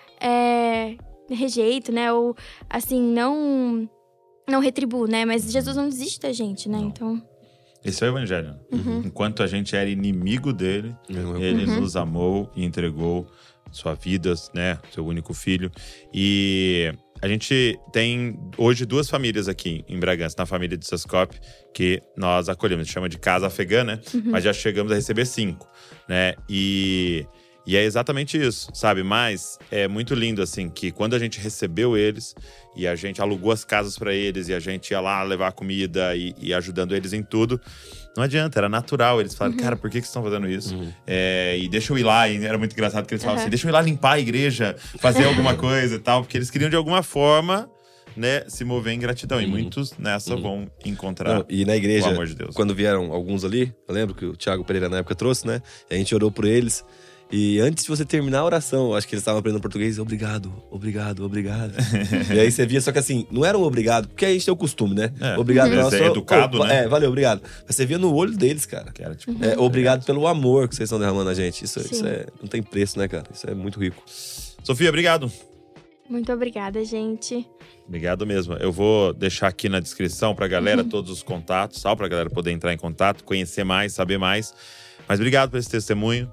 rejeito, né? Ou, assim, não retribuo, né? Mas Jesus não desiste da gente, né? Então… Esse é o evangelho. Enquanto a gente era inimigo dele, ele nos amou e entregou sua vida, né? Seu único filho. E a gente tem hoje 2 famílias aqui em Bragança, na família de Sescop, que nós acolhemos. A gente chama de casa afegã, né? Mas já chegamos a receber 5, né? E E é exatamente isso, sabe? Mas é muito lindo, assim, que quando a gente recebeu eles e a gente alugou as casas para eles e a gente ia lá levar comida e ajudando eles em tudo, não adianta, era natural. Eles falaram, cara, por que vocês estão fazendo isso? E deixa eu ir lá. E era muito engraçado que eles falavam assim, deixa eu ir lá limpar a igreja, fazer alguma coisa e tal. Porque eles queriam, de alguma forma, né, se mover em gratidão. E muitos nessa vão encontrar e na igreja, o amor de Deus. Quando vieram alguns ali, eu lembro que o Thiago Pereira na época trouxe, né? E a gente orou por eles. E antes de você terminar a oração, acho que eles estavam aprendendo português, obrigado, obrigado, obrigado. E aí você via, só que assim, não era um obrigado, porque a gente tem o costume, né? Obrigado pela sua... educado, né? Valeu, obrigado. Mas você via no olho deles, cara. Que era, tipo, obrigado pelo amor que vocês estão derramando na gente. Isso não tem preço, né, cara? Isso é muito rico. Sofia, obrigado. Muito obrigada, gente. Obrigado mesmo. Eu vou deixar aqui na descrição pra galera todos os contatos, tal, pra galera poder entrar em contato, conhecer mais, saber mais. Mas obrigado por esse testemunho.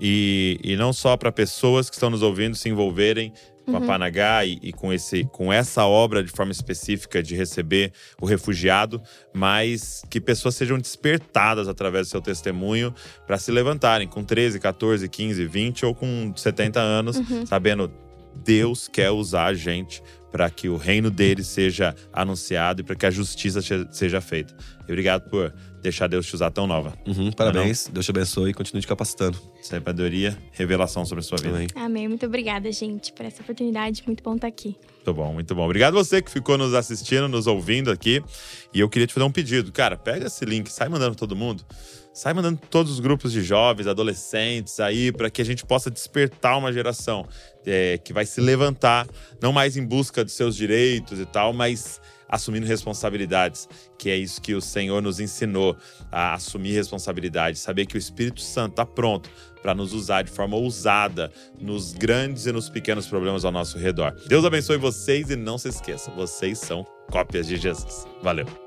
E não só para pessoas que estão nos ouvindo se envolverem com a Panagá e com essa obra de forma específica de receber o refugiado, mas que pessoas sejam despertadas através do seu testemunho para se levantarem com 13, 14, 15, 20 ou com 70 anos, sabendo Deus quer usar a gente para que o reino dele seja anunciado e para que a justiça seja feita. E obrigado por deixar Deus te usar tão nova. Parabéns, Deus te abençoe e continue te capacitando. Sabedoria, revelação sobre a sua vida. Amém. Muito obrigada, gente, por essa oportunidade. Muito bom estar aqui. Muito bom, muito bom. Obrigado você que ficou nos assistindo, nos ouvindo aqui. E eu queria te fazer um pedido. Cara, pega esse link, sai mandando todo mundo. Sai mandando todos os grupos de jovens, adolescentes aí, para que a gente possa despertar uma geração que vai se levantar, não mais em busca de seus direitos e tal, mas assumindo responsabilidades, que é isso que o Senhor nos ensinou, a assumir responsabilidade, saber que o Espírito Santo está pronto para nos usar de forma ousada nos grandes e nos pequenos problemas ao nosso redor. Deus abençoe vocês e não se esqueçam, vocês são cópias de Jesus. Valeu!